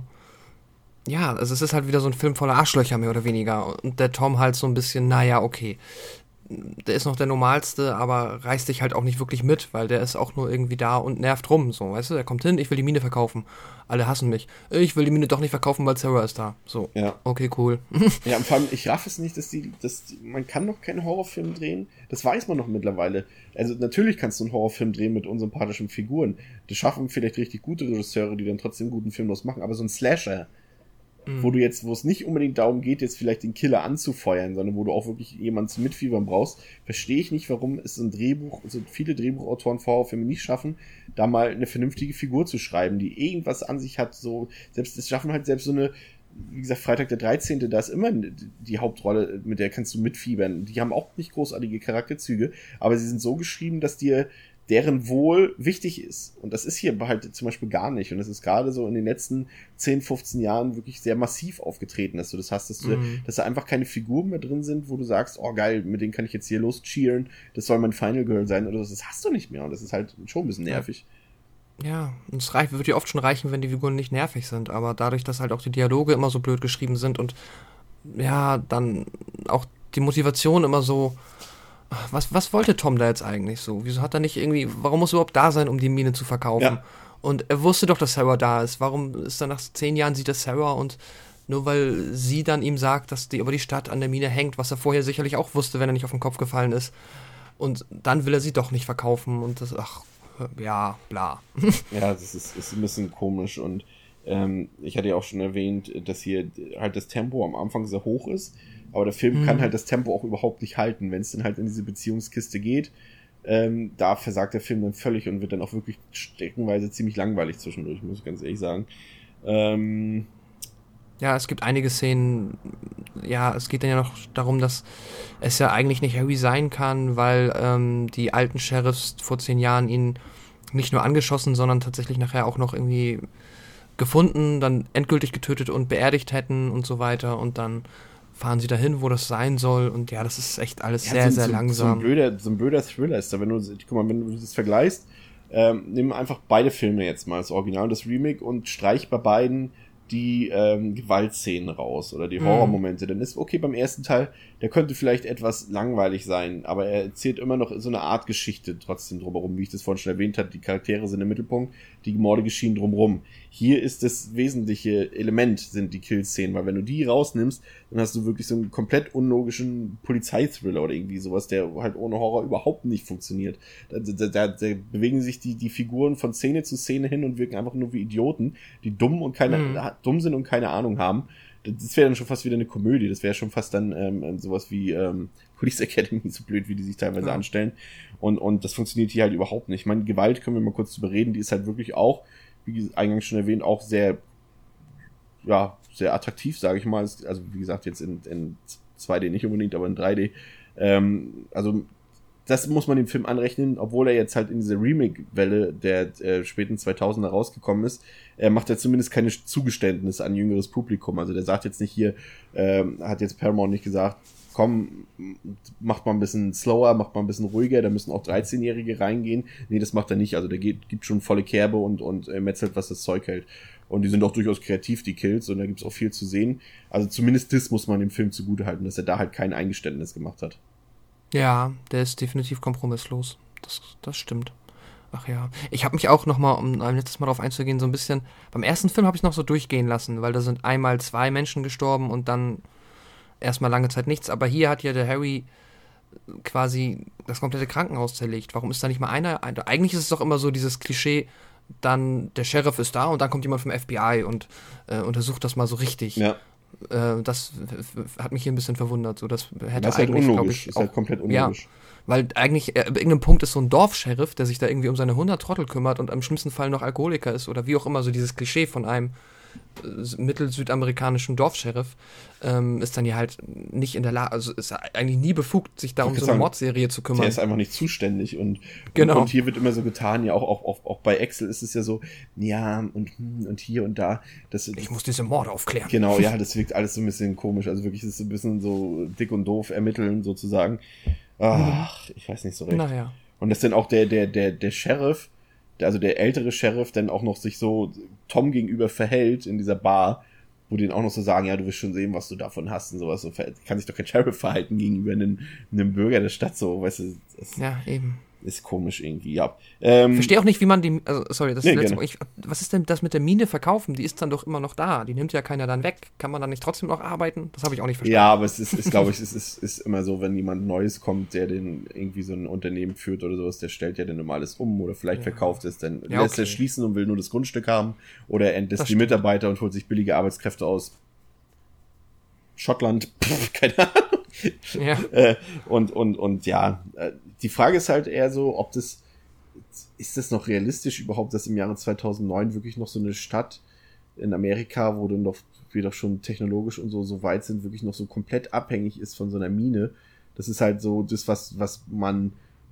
ja, also es ist halt wieder so ein Film voller Arschlöcher, mehr oder weniger. Und der Tom halt so ein bisschen, naja, okay. Der ist noch der Normalste, aber reißt dich halt auch nicht wirklich mit, weil der ist auch nur irgendwie da und nervt rum, so, weißt du? Der kommt hin, ich will die Mine verkaufen. Alle hassen mich. Ich will die Mine doch nicht verkaufen, weil Sarah ist da. So, ja. Okay, cool. Ja, und vor allem, ich raff es nicht, dass die, dass die, man kann noch keinen Horrorfilm drehen. Das weiß man noch mittlerweile. Also natürlich kannst du einen Horrorfilm drehen mit unsympathischen Figuren. Das schaffen vielleicht richtig gute Regisseure, die dann trotzdem einen guten Film draus machen, aber so ein Slasher, wo du jetzt, wo es nicht unbedingt darum geht, jetzt vielleicht den Killer anzufeuern, sondern wo du auch wirklich jemanden zum Mitfiebern brauchst, verstehe ich nicht, warum es so ein Drehbuch, so viele Drehbuchautoren vor Horrorfilme nicht schaffen, da mal eine vernünftige Figur zu schreiben, die irgendwas an sich hat, so, selbst, das schaffen halt selbst so eine, wie gesagt, Freitag der dreizehnte, da ist immer die Hauptrolle, mit der kannst du mitfiebern. Die haben auch nicht großartige Charakterzüge, aber sie sind so geschrieben, dass dir deren Wohl wichtig ist. Und das ist hier halt zum Beispiel gar nicht. Und das ist gerade so in den letzten zehn, fünfzehn Jahren wirklich sehr massiv aufgetreten, dass du das hast, dass, du, Mhm. dass da einfach keine Figuren mehr drin sind, wo du sagst, oh geil, mit denen kann ich jetzt hier los cheeren, das soll mein Final Girl sein oder so. Das hast du nicht mehr. Und das ist halt schon ein bisschen nervig. Ja, und es reicht, wird ja oft schon reichen, wenn die Figuren nicht nervig sind, aber dadurch, dass halt auch die Dialoge immer so blöd geschrieben sind und ja, dann auch die Motivation immer so, was, was wollte Tom da jetzt eigentlich so? Wieso hat er nicht irgendwie, warum muss er überhaupt da sein, um die Mine zu verkaufen? Ja. Und er wusste doch, dass Sarah da ist. Warum ist er nach zehn Jahren, sieht er Sarah und nur weil sie dann ihm sagt, dass die über die Stadt an der Mine hängt, was er vorher sicherlich auch wusste, wenn er nicht auf den Kopf gefallen ist. Und dann will er sie doch nicht verkaufen und das, ach, ja, bla. Ja, das ist, ist ein bisschen komisch und ähm, ich hatte ja auch schon erwähnt, dass hier halt das Tempo am Anfang sehr hoch ist, aber der Film Mhm. kann halt das Tempo auch überhaupt nicht halten, wenn es dann halt in diese Beziehungskiste geht. Ähm, da versagt der Film dann völlig und wird dann auch wirklich streckenweise ziemlich langweilig zwischendurch, muss ich ganz ehrlich sagen. Ähm, Ja, es gibt einige Szenen, ja, es geht dann ja noch darum, dass es ja eigentlich nicht Harry sein kann, weil ähm, die alten Sheriffs vor zehn Jahren ihn nicht nur angeschossen, sondern tatsächlich nachher auch noch irgendwie gefunden, dann endgültig getötet und beerdigt hätten und so weiter und dann fahren sie dahin, wo das sein soll und ja, das ist echt alles ja, sehr, so, sehr so, langsam. So ein blöder, so ein blöder Thriller ist da, wenn du, guck mal, wenn du das vergleichst, ähm, nimm einfach beide Filme jetzt mal, das Original und das Remake und streich bei beiden die ähm, Gewaltszenen raus oder die Mhm. Horrormomente, dann ist okay beim ersten Teil, der könnte vielleicht etwas langweilig sein, aber er erzählt immer noch so eine Art Geschichte trotzdem drumherum, wie ich das vorhin schon erwähnt habe, die Charaktere sind im Mittelpunkt, die Morde geschehen drumherum. Hier ist das wesentliche Element, sind die Kill-Szenen, weil wenn du die rausnimmst, dann hast du wirklich so einen komplett unlogischen Polizeithriller oder irgendwie sowas, der halt ohne Horror überhaupt nicht funktioniert. Da, da, da, da bewegen sich die, die Figuren von Szene zu Szene hin und wirken einfach nur wie Idioten, die dumm und keine, Mhm. dumm sind und keine Ahnung haben. Das wäre dann schon fast wieder eine Komödie. Das wäre schon fast dann ähm, sowas wie ähm, Police Academy, so blöd, wie die sich teilweise Ja. anstellen. Und, und das funktioniert hier halt überhaupt nicht. Ich meine, Gewalt können wir mal kurz drüber reden. Die ist halt wirklich auch, wie eingangs schon erwähnt, auch sehr, ja, sehr attraktiv, sage ich mal. Also wie gesagt, jetzt in, in zwei D nicht unbedingt, aber in drei D. Ähm, also das muss man dem Film anrechnen, obwohl er jetzt halt in dieser Remake-Welle der äh, späten zweitausender rausgekommen ist, er macht er zumindest keine Zugeständnisse an jüngeres Publikum. Also der sagt jetzt nicht hier, ähm, hat jetzt Paramount nicht gesagt, komm, macht mal ein bisschen slower, macht mal ein bisschen ruhiger, da müssen auch dreizehnjährige reingehen. Nee, das macht er nicht. Also der geht, gibt schon volle Kerbe und, und äh, metzelt, was das Zeug hält. Und die sind auch durchaus kreativ, die Kills, und da gibt's auch viel zu sehen. Also zumindest das muss man dem Film zugutehalten, dass er da halt kein Eingeständnis gemacht hat. Ja, der ist definitiv kompromisslos. Das, das stimmt. Ach ja. Ich habe mich auch noch mal, um ein letztes Mal darauf einzugehen, so ein bisschen... Beim ersten Film habe ich noch so durchgehen lassen, weil da sind einmal zwei Menschen gestorben und dann erstmal lange Zeit nichts. Aber hier hat ja der Harry quasi das komplette Krankenhaus zerlegt. Warum ist da nicht mal einer? Eigentlich ist es doch immer so dieses Klischee, dann der Sheriff ist da und dann kommt jemand vom F B I und äh, untersucht das mal so richtig. Ja. Äh, das f- f- hat mich hier ein bisschen verwundert. So, das hätte Das ist halt eigentlich, glaube unlogisch. ich, Ist auch, halt komplett ja, unlogisch. weil eigentlich, äh, ab irgendeinem Punkt ist so ein Dorfsheriff, der sich da irgendwie um seine hundert Trottel kümmert und im schlimmsten Fall noch Alkoholiker ist oder wie auch immer, so dieses Klischee von einem äh, mittelsüdamerikanischen Dorfsheriff, ähm, ist dann ja halt nicht in der Lage, also ist eigentlich nie befugt, sich da Ich um würd so eine sagen, Mordserie zu kümmern. Der ist einfach nicht zuständig und, Genau. und, und hier wird immer so getan, ja auch, auch, auch, auch bei Excel ist es ja so, ja und, und hier und da. Das, Ich muss diese Morde aufklären. Genau, ja, das wirkt alles so ein bisschen komisch. Also wirklich ist es so ein bisschen so dick und doof ermitteln sozusagen. Ach, ich weiß nicht so recht. Naja. Und dass dann auch der, der, der, der Sheriff, der, also der ältere Sheriff, dann auch noch sich so Tom gegenüber verhält in dieser Bar, wo die dann auch noch so sagen, ja, du wirst schon sehen, was du davon hast und sowas. So kann sich doch kein Sheriff verhalten gegenüber einem, einem Bürger der Stadt, so, weißt du, das Ja, eben. ist komisch irgendwie, ja. Ähm, Ich verstehe auch nicht, wie man die, also sorry, das Nee, letzte gerne. Mal, ich, was ist denn das mit der Mine verkaufen? Die ist dann doch immer noch da. Die nimmt ja keiner dann weg. Kann man dann nicht trotzdem noch arbeiten? Das habe ich auch nicht verstanden. Ja, aber es ist, ist glaube ich, es ist, ist immer so, wenn jemand Neues kommt, der den irgendwie so ein Unternehmen führt oder sowas, der stellt ja dann immer alles um oder vielleicht Ja. verkauft es, dann Ja, lässt er okay. schließen und will nur das Grundstück haben oder er entlässt Das die stimmt. Mitarbeiter und holt sich billige Arbeitskräfte aus Schottland, Pff, keine Ahnung. Ja. Äh, und, und, und ja, äh, die Frage ist halt eher so, ob das, ist das noch realistisch überhaupt, dass im Jahre zweitausendneun wirklich noch so eine Stadt in Amerika, wo dann doch, wir doch schon technologisch und so, so weit sind, wirklich noch so komplett abhängig ist von so einer Mine. Das ist halt so das, was, was man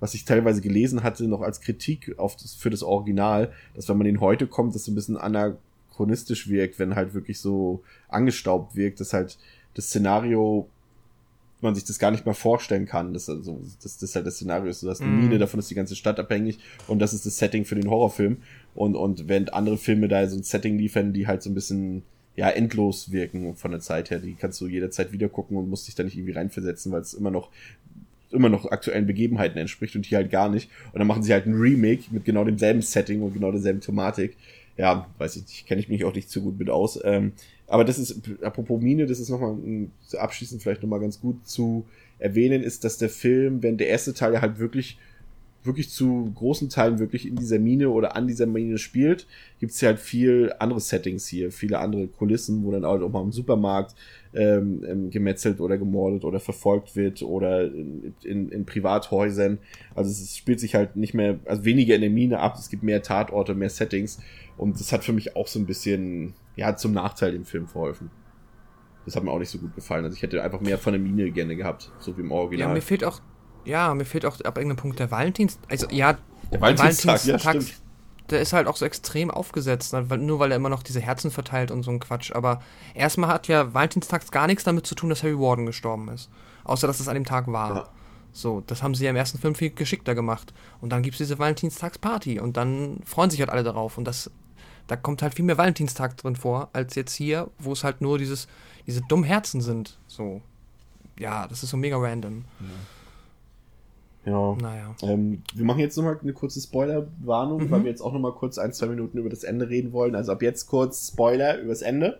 was ich teilweise gelesen hatte, noch als Kritik auf das, für das Original, dass wenn man den heute kommt, das so ein bisschen anachronistisch wirkt, wenn halt wirklich so angestaubt wirkt, dass halt das Szenario, man sich das gar nicht mehr vorstellen kann. Das, also, das, das ist halt das Szenario, du hast eine Mine, davon ist die ganze Stadt abhängig und das ist das Setting für den Horrorfilm. Und, und während andere Filme da so ein Setting liefern, die halt so ein bisschen, ja, endlos wirken von der Zeit her, die kannst du jederzeit wieder gucken und musst dich da nicht irgendwie reinversetzen, weil es immer noch immer noch aktuellen Begebenheiten entspricht und hier halt gar nicht. Und dann machen sie halt ein Remake mit genau demselben Setting und genau derselben Thematik. Ja, weiß ich nicht, kenne ich mich auch nicht so gut mit aus. Ähm, aber das ist, apropos Mine, das ist nochmal abschließend vielleicht nochmal ganz gut zu erwähnen, ist, dass der Film, wenn der erste Teil ja halt wirklich wirklich zu großen Teilen wirklich in dieser Mine oder an dieser Mine spielt, gibt's ja halt viel andere Settings hier, viele andere Kulissen, wo dann halt auch mal im Supermarkt ähm, ähm, gemetzelt oder gemordet oder verfolgt wird oder in, in, in Privathäusern. Also es spielt sich halt nicht mehr, also weniger in der Mine ab, es gibt mehr Tatorte, mehr Settings und das hat für mich auch so ein bisschen, ja, zum Nachteil dem Film verholfen. Das hat mir auch nicht so gut gefallen. Also ich hätte einfach mehr von der Mine gerne gehabt, so wie im Original. Ja, mir fehlt auch Ja, mir fehlt auch ab irgendeinem Punkt der Valentinstag. Also, ja, der Valentinstag, ja, stimmt. Der ist halt auch so extrem aufgesetzt, ne? Weil, nur weil er immer noch diese Herzen verteilt und so ein Quatsch. Aber erstmal hat ja Valentinstag gar nichts damit zu tun, dass Harry Warden gestorben ist. Außer, dass es an dem Tag war. Ja. So, das haben sie ja im ersten Film viel geschickter gemacht. Und dann gibt's diese Valentinstagsparty und dann freuen sich halt alle darauf. Und das, da kommt halt viel mehr Valentinstag drin vor, als jetzt hier, wo es halt nur dieses, diese dummen Herzen sind. So, ja, das ist so mega random. Ja. Ja, naja. Ähm, wir machen jetzt nochmal eine kurze Spoilerwarnung, Mhm. weil wir jetzt auch nochmal kurz ein, zwei Minuten über das Ende reden wollen. Also ab jetzt kurz Spoiler über das Ende.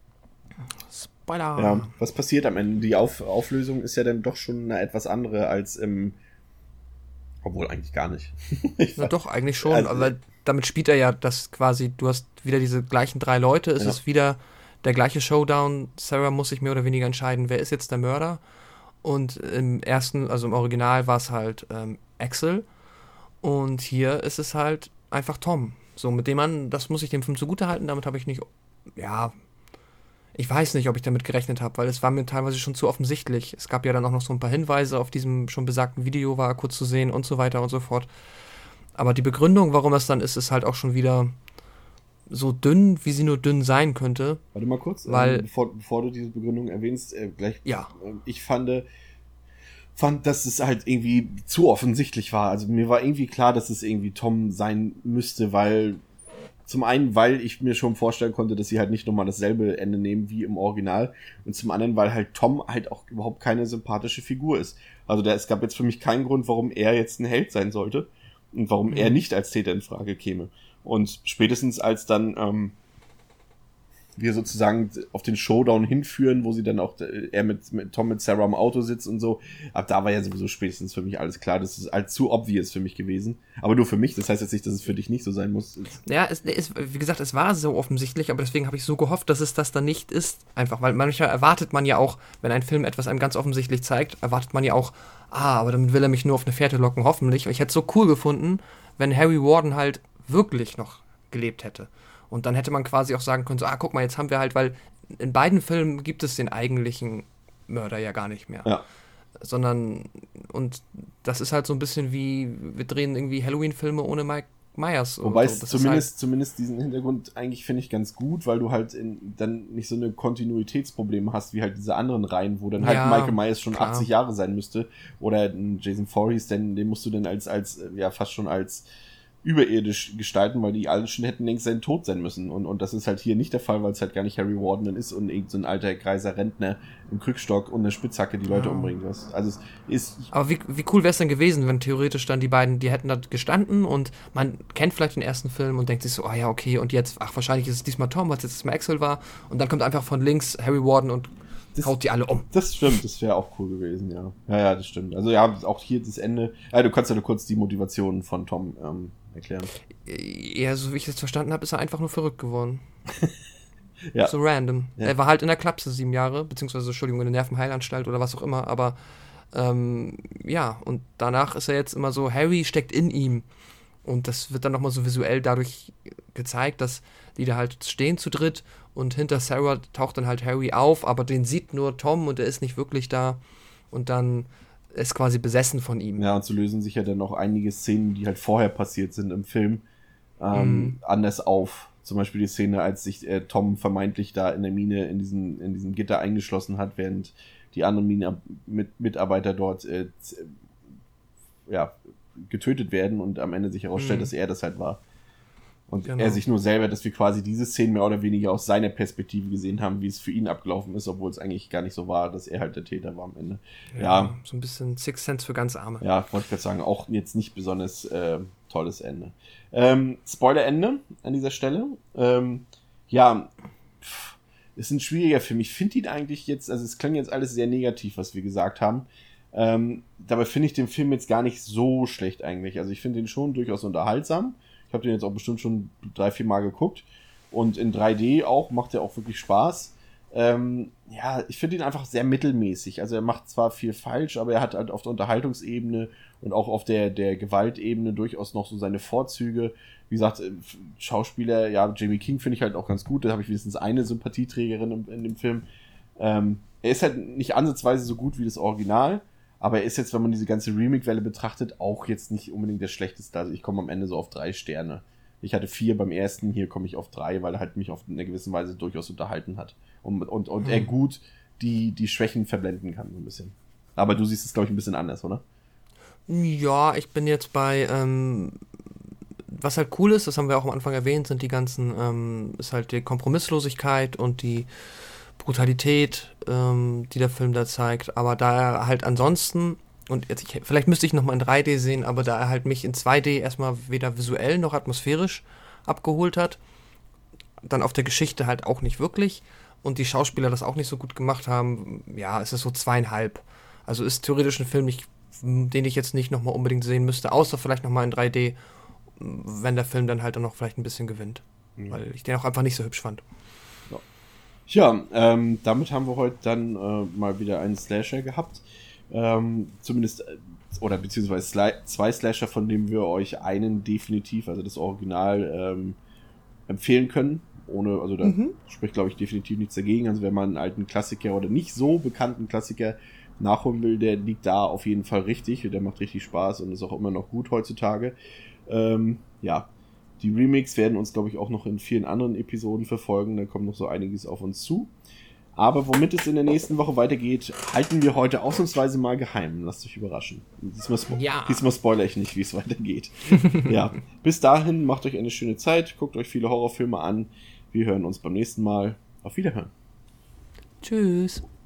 Spoiler. Ja, was passiert am Ende? Die Auf- Auflösung ist ja dann doch schon eine etwas andere als im... Obwohl eigentlich gar nicht. Ich Na fand- doch, eigentlich schon, Also- aber damit spielt er ja, dass quasi, du hast wieder diese gleichen drei Leute, es Ja. ist wieder der gleiche Showdown, Sarah muss sich mehr oder weniger entscheiden, wer ist jetzt der Mörder. Und im ersten, also im Original war es halt ähm, Axel und hier ist es halt einfach Tom. So, mit dem man, das muss ich dem Film zugutehalten, damit habe ich nicht, ja, ich weiß nicht, ob ich damit gerechnet habe, weil es war mir teilweise schon zu offensichtlich. Es gab ja dann auch noch so ein paar Hinweise, auf diesem schon besagten Video war kurz zu sehen und so weiter und so fort. Aber die Begründung, warum es dann ist, ist halt auch schon wieder so dünn, wie sie nur dünn sein könnte. Warte mal kurz, Weil- ähm, bevor, bevor du diese Begründung erwähnst, äh, gleich, Ja. äh, ich fand, fand, dass es halt irgendwie zu offensichtlich war. Also mir war irgendwie klar, dass es irgendwie Tom sein müsste, weil zum einen, weil ich mir schon vorstellen konnte, dass sie halt nicht nochmal dasselbe Ende nehmen wie im Original und zum anderen, weil halt Tom halt auch überhaupt keine sympathische Figur ist. Also da, es gab jetzt für mich keinen Grund, warum er jetzt ein Held sein sollte und warum Mhm. er nicht als Täter in Frage käme. Und spätestens als dann ähm, wir sozusagen auf den Showdown hinführen, wo sie dann auch, äh, er mit, mit Tom mit Sarah im Auto sitzt und so, ab da war ja sowieso spätestens für mich alles klar. Das ist halt zu obvious für mich gewesen. Aber nur für mich, das heißt jetzt nicht, dass es für dich nicht so sein muss. Ja, es ist, wie gesagt, es war so offensichtlich, aber deswegen habe ich so gehofft, dass es das dann nicht ist. Einfach, weil manchmal erwartet man ja auch, wenn ein Film etwas einem ganz offensichtlich zeigt, erwartet man ja auch, ah, aber damit will er mich nur auf eine Fährte locken, hoffentlich. Ich hätte es so cool gefunden, wenn Harry Warden halt wirklich noch gelebt hätte. Und dann hätte man quasi auch sagen können, so, ah, guck mal, jetzt haben wir halt, weil in beiden Filmen gibt es den eigentlichen Mörder ja gar nicht mehr. Ja. Sondern, und das ist halt so ein bisschen wie, wir drehen irgendwie Halloween-Filme ohne Mike Myers. Wobei und so. es Das zumindest, ist halt, zumindest diesen Hintergrund eigentlich finde ich ganz gut, weil du halt in, dann nicht so eine Kontinuitätsprobleme hast, wie halt diese anderen Reihen, wo dann halt Ja, Michael Myers schon klar. achtzig Jahre sein müsste. Oder ein Jason Voorhees, denn den musst du dann als, als, äh, ja, fast schon als überirdisch gestalten, weil die alle schon hätten längst seinen Tod sein müssen. Und, und das ist halt hier nicht der Fall, weil es halt gar nicht Harry Warden dann ist und irgend so ein alter, greiser Rentner im Krückstock und eine Spitzhacke die Leute Ja. umbringt. Was. Also es ist, aber wie, wie cool wäre es denn gewesen, wenn theoretisch dann die beiden, die hätten da gestanden und man kennt vielleicht den ersten Film und denkt sich so, ah ja, okay, und jetzt, ach, wahrscheinlich ist es diesmal Tom, weil es jetzt mal Axel war. Und dann kommt einfach von links Harry Warden und Das- haut die alle um. das stimmt, das wäre auch cool gewesen, ja. Ja, ja, das stimmt. Also ja, auch hier das Ende. Ja, du kannst ja nur kurz die Motivation von Tom ähm, erklären. Ja, so wie ich das verstanden habe, ist er einfach nur verrückt geworden. Ja. So random. Ja. Er war halt in der Klapse sieben Jahre, beziehungsweise, Entschuldigung, in der Nervenheilanstalt oder was auch immer, aber ähm, ja, und danach ist er jetzt immer so, Harry steckt in ihm. Und das wird dann nochmal so visuell dadurch gezeigt, dass die da halt stehen zu dritt und hinter Sarah taucht dann halt Harry auf, aber den sieht nur Tom und er ist nicht wirklich da. Und dann ist quasi besessen von ihm. Ja, und so lösen sich ja dann auch einige Szenen, die halt vorher passiert sind im Film, ähm, Mhm. anders auf. Zum Beispiel die Szene, als sich äh, Tom vermeintlich da in der Mine in diesem, in diesem Gitter eingeschlossen hat, während die anderen Minenmitarbeiter dort äh, z- ja, getötet werden und am Ende sich herausstellt, Mhm. dass er das halt war. Und Genau. er sich nur selber, dass wir quasi diese Szenen mehr oder weniger aus seiner Perspektive gesehen haben, wie es für ihn abgelaufen ist, obwohl es eigentlich gar nicht so war, dass er halt der Täter war am Ende. Ja, So ein bisschen Sixth Sense für ganz Arme. ja, wollte ich gerade sagen, auch jetzt nicht besonders äh, tolles Ende. Ähm, Spoiler-Ende an dieser Stelle. Ähm, ja, pff, ist ein schwieriger Film. Ich finde ihn eigentlich jetzt, also es klang jetzt alles sehr negativ, was wir gesagt haben. Ähm, dabei finde ich den Film jetzt gar nicht so schlecht eigentlich. Also ich finde ihn schon durchaus unterhaltsam. Ich habe den jetzt auch bestimmt schon drei, vier Mal geguckt. Und in drei D auch, macht er auch wirklich Spaß. Ähm, ja, ich finde ihn einfach sehr mittelmäßig. Also er macht zwar viel falsch, aber er hat halt auf der Unterhaltungsebene und auch auf der, der Gewaltebene durchaus noch so seine Vorzüge. Wie gesagt, äh, Schauspieler, ja, Jamie King finde ich halt auch ganz gut. Da habe ich wenigstens eine Sympathieträgerin in, in dem Film. Ähm, er ist halt nicht ansatzweise so gut wie das Original, aber er ist jetzt, wenn man diese ganze Remake-Welle betrachtet, auch jetzt nicht unbedingt der schlechteste. Also ich komme am Ende so auf drei Sterne. Ich hatte vier beim ersten, hier komme ich auf drei, weil er halt mich auf eine gewisse Weise durchaus unterhalten hat. Und, und, und Hm. er gut die, die Schwächen verblenden kann, so ein bisschen. Aber du siehst es, glaube ich, ein bisschen anders, oder? Ja, ich bin jetzt bei, ähm, was halt cool ist, das haben wir auch am Anfang erwähnt, sind die ganzen, ähm, ist halt die Kompromisslosigkeit und die Brutalität, ähm, die der Film da zeigt. Aber da er halt ansonsten, und jetzt ich, vielleicht müsste ich nochmal in drei D sehen, aber da er halt mich in zwei D erstmal weder visuell noch atmosphärisch abgeholt hat, dann auf der Geschichte halt auch nicht wirklich und die Schauspieler das auch nicht so gut gemacht haben, ja, es ist so zweieinhalb. Also ist theoretisch ein Film, nicht, den ich jetzt nicht nochmal unbedingt sehen müsste, außer vielleicht nochmal in drei D, wenn der Film dann halt dann noch vielleicht ein bisschen gewinnt. Mhm. Weil ich den auch einfach nicht so hübsch fand. Ja, ähm, damit haben wir heute dann äh, mal wieder einen Slasher gehabt. Ähm, zumindest, äh, oder beziehungsweise Sli- zwei Slasher, von denen wir euch einen definitiv, also das Original, ähm, empfehlen können. Ohne, also da Mhm. spricht, glaube ich, definitiv nichts dagegen. Also wenn man einen alten Klassiker oder nicht so bekannten Klassiker nachholen will, der liegt da auf jeden Fall richtig. Der macht richtig Spaß und ist auch immer noch gut heutzutage. Ähm, ja, die Remakes werden uns, glaube ich, auch noch in vielen anderen Episoden verfolgen. Da kommt noch so einiges auf uns zu. Aber womit es in der nächsten Woche weitergeht, halten wir heute ausnahmsweise mal geheim. Lasst euch überraschen. Diesmal, spo- Ja. diesmal spoilere ich nicht, wie es weitergeht. Ja, bis dahin, macht euch eine schöne Zeit, guckt euch viele Horrorfilme an. Wir hören uns beim nächsten Mal. Auf Wiederhören. Tschüss.